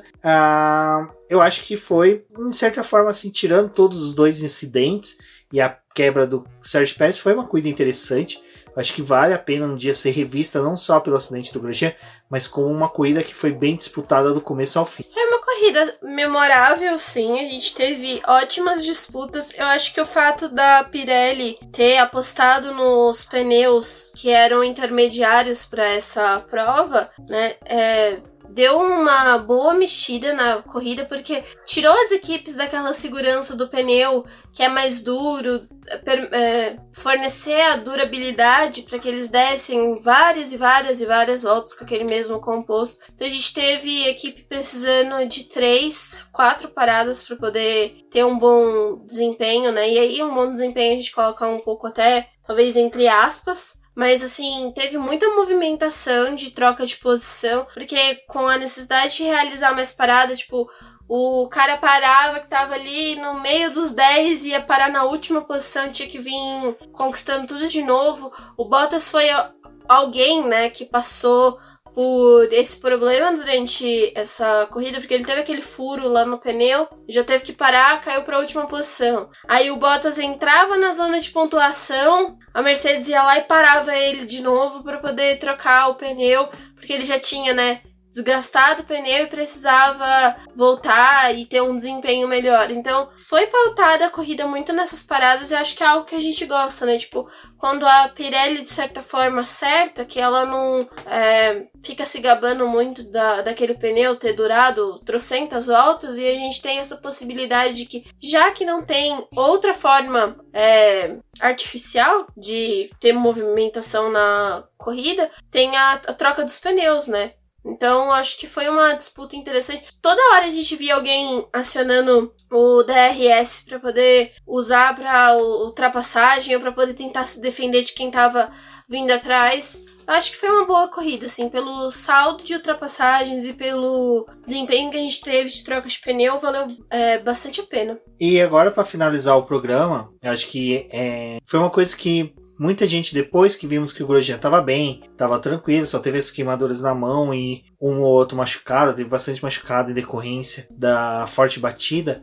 Ah, eu acho que foi, de certa forma, assim, tirando todos os dois incidentes e a quebra do Sérgio Pérez, foi uma corrida interessante. Acho que vale a pena um dia ser revista, não só pelo acidente do Grosjean, mas como uma corrida que foi bem disputada do começo ao fim. Foi uma corrida memorável, sim. A gente teve ótimas disputas. Eu acho que o fato da Pirelli ter apostado nos pneus que eram intermediários para essa prova, né, é... deu uma boa mexida na corrida, porque tirou as equipes daquela segurança do pneu que é mais duro, per, é, fornecer a durabilidade para que eles dessem várias e várias e várias voltas com aquele mesmo composto. Então a gente teve equipe precisando de três, quatro paradas para poder ter um bom desempenho, né? E aí um bom desempenho a gente coloca um pouco até, talvez entre aspas. Mas, assim, teve muita movimentação de troca de posição, porque com a necessidade de realizar mais paradas, tipo, o cara parava que tava ali no meio dos dez, ia parar na última posição, tinha que vir conquistando tudo de novo. O Bottas foi alguém, né, que passou por esse problema durante essa corrida, porque ele teve aquele furo lá no pneu, já teve que parar, caiu para a última posição. Aí o Bottas entrava na zona de pontuação, a Mercedes ia lá e parava ele de novo para poder trocar o pneu, porque ele já tinha, né, desgastado o pneu e precisava voltar e ter um desempenho melhor. Então, foi pautada a corrida muito nessas paradas e acho que é algo que a gente gosta, né? Tipo, quando a Pirelli, de certa forma, acerta, que ela não é, fica se gabando muito da, daquele pneu ter durado trocentas voltas, e a gente tem essa possibilidade de que, já que não tem outra forma é, artificial de ter movimentação na corrida, tem a, a troca dos pneus, né? Então, acho que foi uma disputa interessante. Toda hora a gente via alguém acionando o D R S para poder usar para ultrapassagem ou para poder tentar se defender de quem estava vindo atrás. Acho que foi uma boa corrida, assim, pelo saldo de ultrapassagens e pelo desempenho que a gente teve de troca de pneu, valeu é, bastante a pena. E agora, para finalizar o programa, eu acho que é, foi uma coisa que muita gente, depois que vimos que o Grosjean estava bem, estava tranquilo, só teve essas queimaduras na mão e um ou outro machucado, teve bastante machucado em decorrência da forte batida.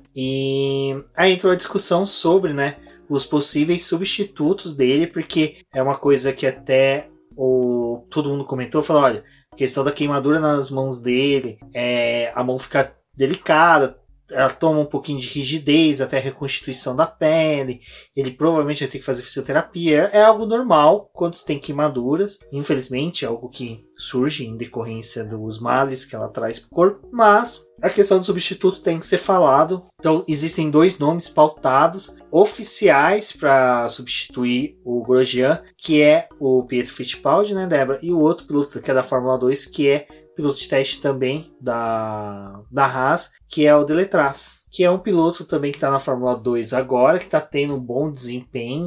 E aí entrou a discussão sobre, né, os possíveis substitutos dele, porque é uma coisa que até o, todo mundo comentou, falou, olha, a questão da queimadura nas mãos dele, é, a mão fica delicada, ela toma um pouquinho de rigidez até a reconstituição da pele, ele provavelmente vai ter que fazer fisioterapia, é algo normal quando tem queimaduras, infelizmente é algo que surge em decorrência dos males que ela traz para o corpo, mas a questão do substituto tem que ser falado. Então existem dois nomes pautados oficiais para substituir o Grosjean, que é o Pietro Fittipaldi, né, Débora, e o outro piloto que é da Fórmula dois, que é piloto de teste também da, da Haas, que é o Deletraz, que é um piloto também que está na Fórmula dois agora, que está tendo um bom desempenho.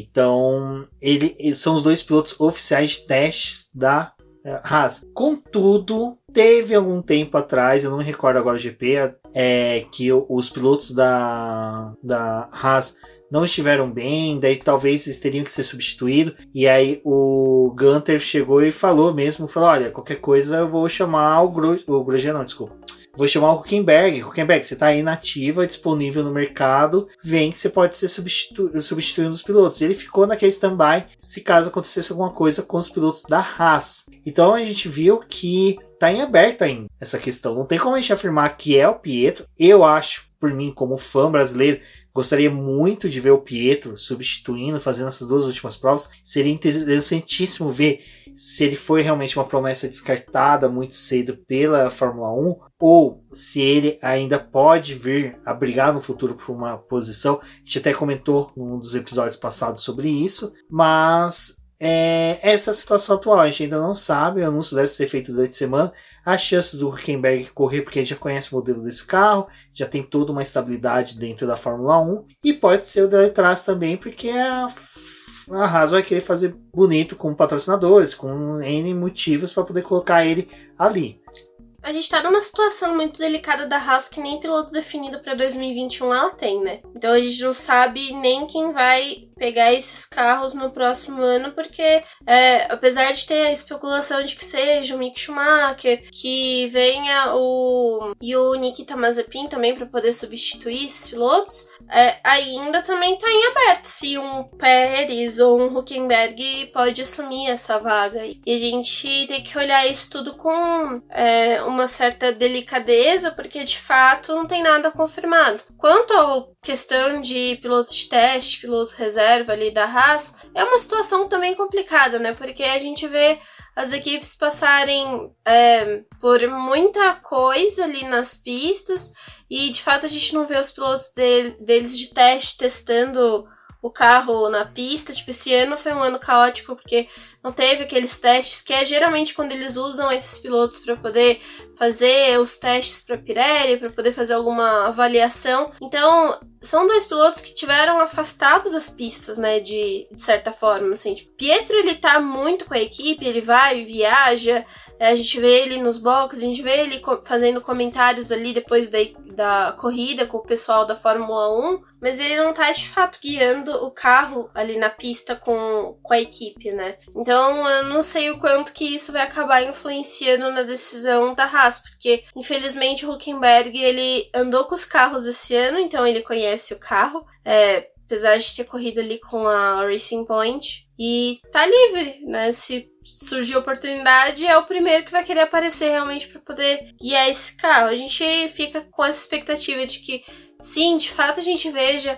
Então, ele, eles são os dois pilotos oficiais de testes da Haas. Contudo, teve algum tempo atrás, eu não me recordo agora o G P, é, que os pilotos da, da Haas não estiveram bem, daí talvez eles teriam que ser substituídos, e aí o Gunter chegou e falou mesmo, falou, olha, qualquer coisa eu vou chamar o, Gro- o Grosjean, não, desculpa, vou chamar o Hülkenberg, Hülkenberg, você está aí na ativa, disponível no mercado, vem que você pode ser substitu- substituindo os pilotos. E ele ficou naquele stand-by se caso acontecesse alguma coisa com os pilotos da Haas. Então a gente viu que está em aberto ainda essa questão, não tem como a gente afirmar que é o Pietro. Eu acho, por mim, como fã brasileiro, gostaria muito de ver o Pietro substituindo, fazendo essas duas últimas provas. Seria interessantíssimo ver se ele foi realmente uma promessa descartada muito cedo pela Fórmula um, ou se ele ainda pode vir a brigar no futuro por uma posição. A gente até comentou num dos episódios passados sobre isso, mas é, essa é a situação atual, a gente ainda não sabe, o anúncio deve ser feito durante a semana. As chances do Hülkenberg correr, porque a gente já conhece o modelo desse carro, já tem toda uma estabilidade dentro da Fórmula um, e pode ser o Deletraz também, porque a, a Haas vai querer fazer bonito com patrocinadores, com N motivos para poder colocar ele ali. A gente tá numa situação muito delicada da Haas, que nem piloto definido pra dois mil e vinte e um ela tem, né? Então a gente não sabe nem quem vai pegar esses carros no próximo ano, porque é, apesar de ter a especulação de que seja o Mick Schumacher, que venha o, e o Nikita Mazepin também para poder substituir esses pilotos, é, ainda também tá em aberto se um Pérez ou um Hülkenberg pode assumir essa vaga. E a gente tem que olhar isso tudo com é, uma certa delicadeza, porque de fato não tem nada confirmado. Quanto à questão de piloto de teste, piloto reserva ali da Haas, é uma situação também complicada, né? Porque a gente vê as equipes passarem é, por muita coisa ali nas pistas e de fato a gente não vê os pilotos de, deles de teste testando o carro na pista. Tipo, esse ano foi um ano caótico porque não teve aqueles testes que é geralmente quando eles usam esses pilotos para poder fazer os testes para Pirelli, para poder fazer alguma avaliação. Então, são dois pilotos que tiveram afastado das pistas, né, de, de certa forma, assim. Tipo, Pietro, ele tá muito com a equipe, ele vai, viaja, a gente vê ele nos boxes, a gente vê ele co- fazendo comentários ali depois da, da corrida com o pessoal da Fórmula um, mas ele não tá, de fato, guiando o carro ali na pista com, com a equipe, né. Então, eu não sei o quanto que isso vai acabar influenciando na decisão da Haas, porque, infelizmente, o Hülkenberg, ele andou com os carros esse ano, então ele conhece o carro, é, apesar de ter corrido ali com a Racing Point, e tá livre, né? Se surgir oportunidade, é o primeiro que vai querer aparecer realmente para poder guiar esse carro. A gente fica com essa expectativa de que, sim, de fato a gente veja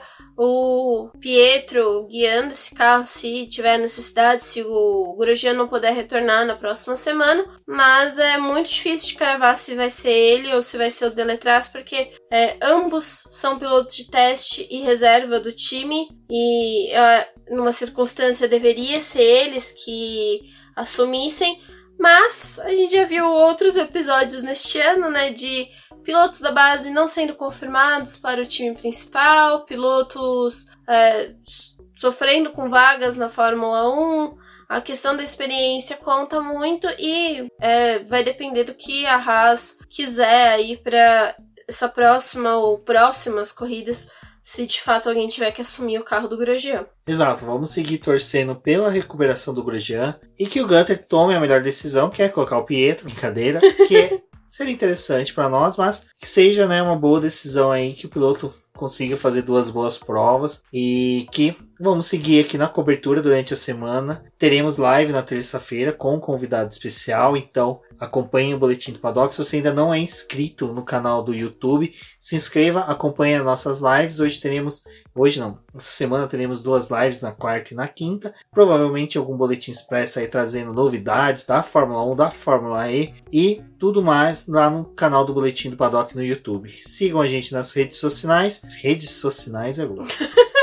o Pietro guiando esse carro se tiver necessidade, se o Grosjean não puder retornar na próxima semana, mas é muito difícil de cravar se vai ser ele ou se vai ser o Deletraz, porque é, ambos são pilotos de teste e reserva do time e é, numa circunstância deveria ser eles que assumissem, mas a gente já viu outros episódios neste ano, né, de pilotos da base não sendo confirmados para o time principal, pilotos é, sofrendo com vagas na Fórmula um. A questão da experiência conta muito e é, vai depender do que a Haas quiser aí para essa próxima ou próximas corridas, se de fato alguém tiver que assumir o carro do Grosjean. Exato, vamos seguir torcendo pela recuperação do Grosjean e que o Gunter tome a melhor decisão, que é colocar o Pietro, brincadeira, que seria interessante para nós, mas que seja, né, uma boa decisão aí, que o piloto consiga fazer duas boas provas e que vamos seguir aqui na cobertura durante a semana. Teremos live na terça-feira com um convidado especial, então acompanhe o Boletim do Paddock. Se você ainda não é inscrito no canal do YouTube, se inscreva, acompanhe as nossas lives. Hoje teremos, hoje não, essa semana teremos duas lives na quarta e na quinta, provavelmente algum boletim expresso aí trazendo novidades da Fórmula um, da Fórmula E e tudo mais lá no canal do Boletim do Paddock no YouTube. Sigam a gente nas redes sociais. Redes sociais é bom.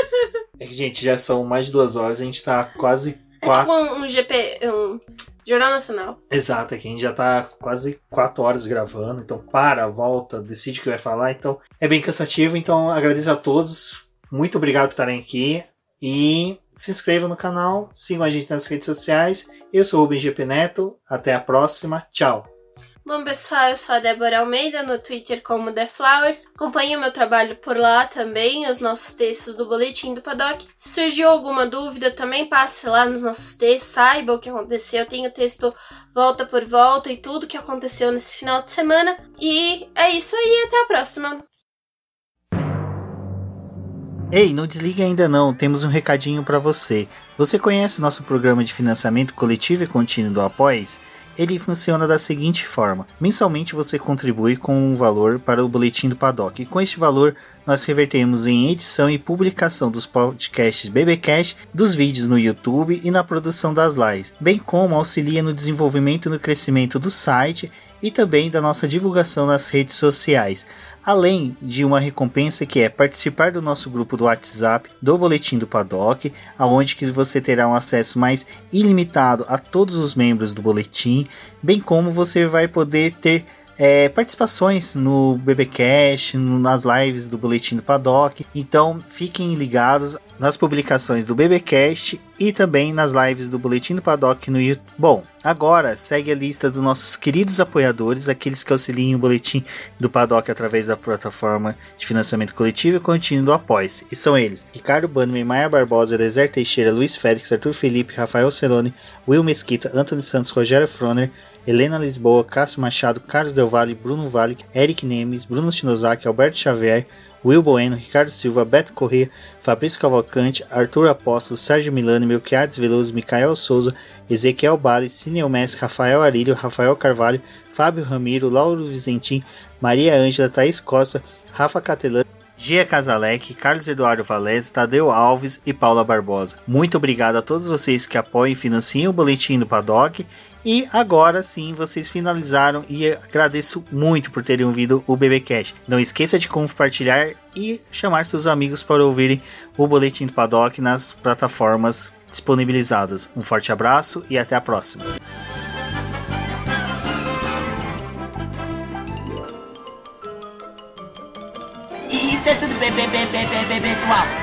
É que, gente, já são mais de duas horas, a gente tá quase quatro... É tipo um, um G P, um Jornal Nacional. Exato, aqui a gente já tá quase quatro horas gravando, então para, volta, decide o que vai falar, então é bem cansativo, então agradeço a todos, muito obrigado por estarem aqui e se inscrevam no canal, sigam a gente nas redes sociais. Eu sou o Rubem G P Neto, até a próxima, tchau! Bom, pessoal, eu sou a Débora Almeida, no Twitter como The Flowers. Acompanhe o meu trabalho por lá também, os nossos textos do Boletim do Paddock. Se surgiu alguma dúvida, também passe lá nos nossos textos, saiba o que aconteceu. Tem o texto volta por volta e tudo que aconteceu nesse final de semana. E é isso aí, até a próxima! Ei, não desligue ainda não, temos um recadinho para você. Você conhece o nosso programa de financiamento coletivo e contínuo do Apoia-se? Ele funciona da seguinte forma: mensalmente você contribui com um valor para o Boletim do Paddock, e com este valor nós revertemos em edição e publicação dos podcasts BBcast, dos vídeos no YouTube e na produção das lives, bem como auxilia no desenvolvimento e no crescimento do site e também da nossa divulgação nas redes sociais. Além de uma recompensa que é participar do nosso grupo do WhatsApp do Boletim do Paddock, onde que você terá um acesso mais ilimitado a todos os membros do Boletim, bem como você vai poder ter é, participações no BBcast, no, nas lives do Boletim do Paddock. Então fiquem ligados nas publicações do BBcast e também nas lives do Boletim do Paddock no YouTube. Bom, agora segue a lista dos nossos queridos apoiadores, aqueles que auxiliam o Boletim do Paddock através da plataforma de financiamento coletivo e contínuo do Apoia-se. E são eles: Ricardo Bannerman, Maia Barbosa, Elezer Teixeira, Luiz Félix, Arthur Felipe, Rafael Celone, Will Mesquita, Antônio Santos, Rogério Froner, Helena Lisboa, Cássio Machado, Carlos Del Valle, Bruno Vale, Eric Nemes, Bruno Shinozaki, Alberto Xavier, Will Bueno, Ricardo Silva, Beto Corrêa, Fabrício Cavalcante, Arthur Apóstolo, Sérgio Milano, Melquiades Veloso, Micael Souza, Ezequiel Bale, Cineu Messi, Rafael Arílio, Rafael Carvalho, Fábio Ramiro, Lauro Vizentim, Maria Ângela, Thaís Costa, Rafa Catelã, Gia Casalec, Carlos Eduardo Valese, Tadeu Alves e Paula Barbosa. Muito obrigado a todos vocês que apoiam e financiam o Boletim do Paddock. E agora sim, vocês finalizaram e agradeço muito por terem ouvido o BBcast. Não esqueça de compartilhar e chamar seus amigos para ouvirem o Boletim do Paddock nas plataformas disponibilizadas. Um forte abraço e até a próxima. Isso é tudo, bem, bem, bem, bem, bem, pessoal.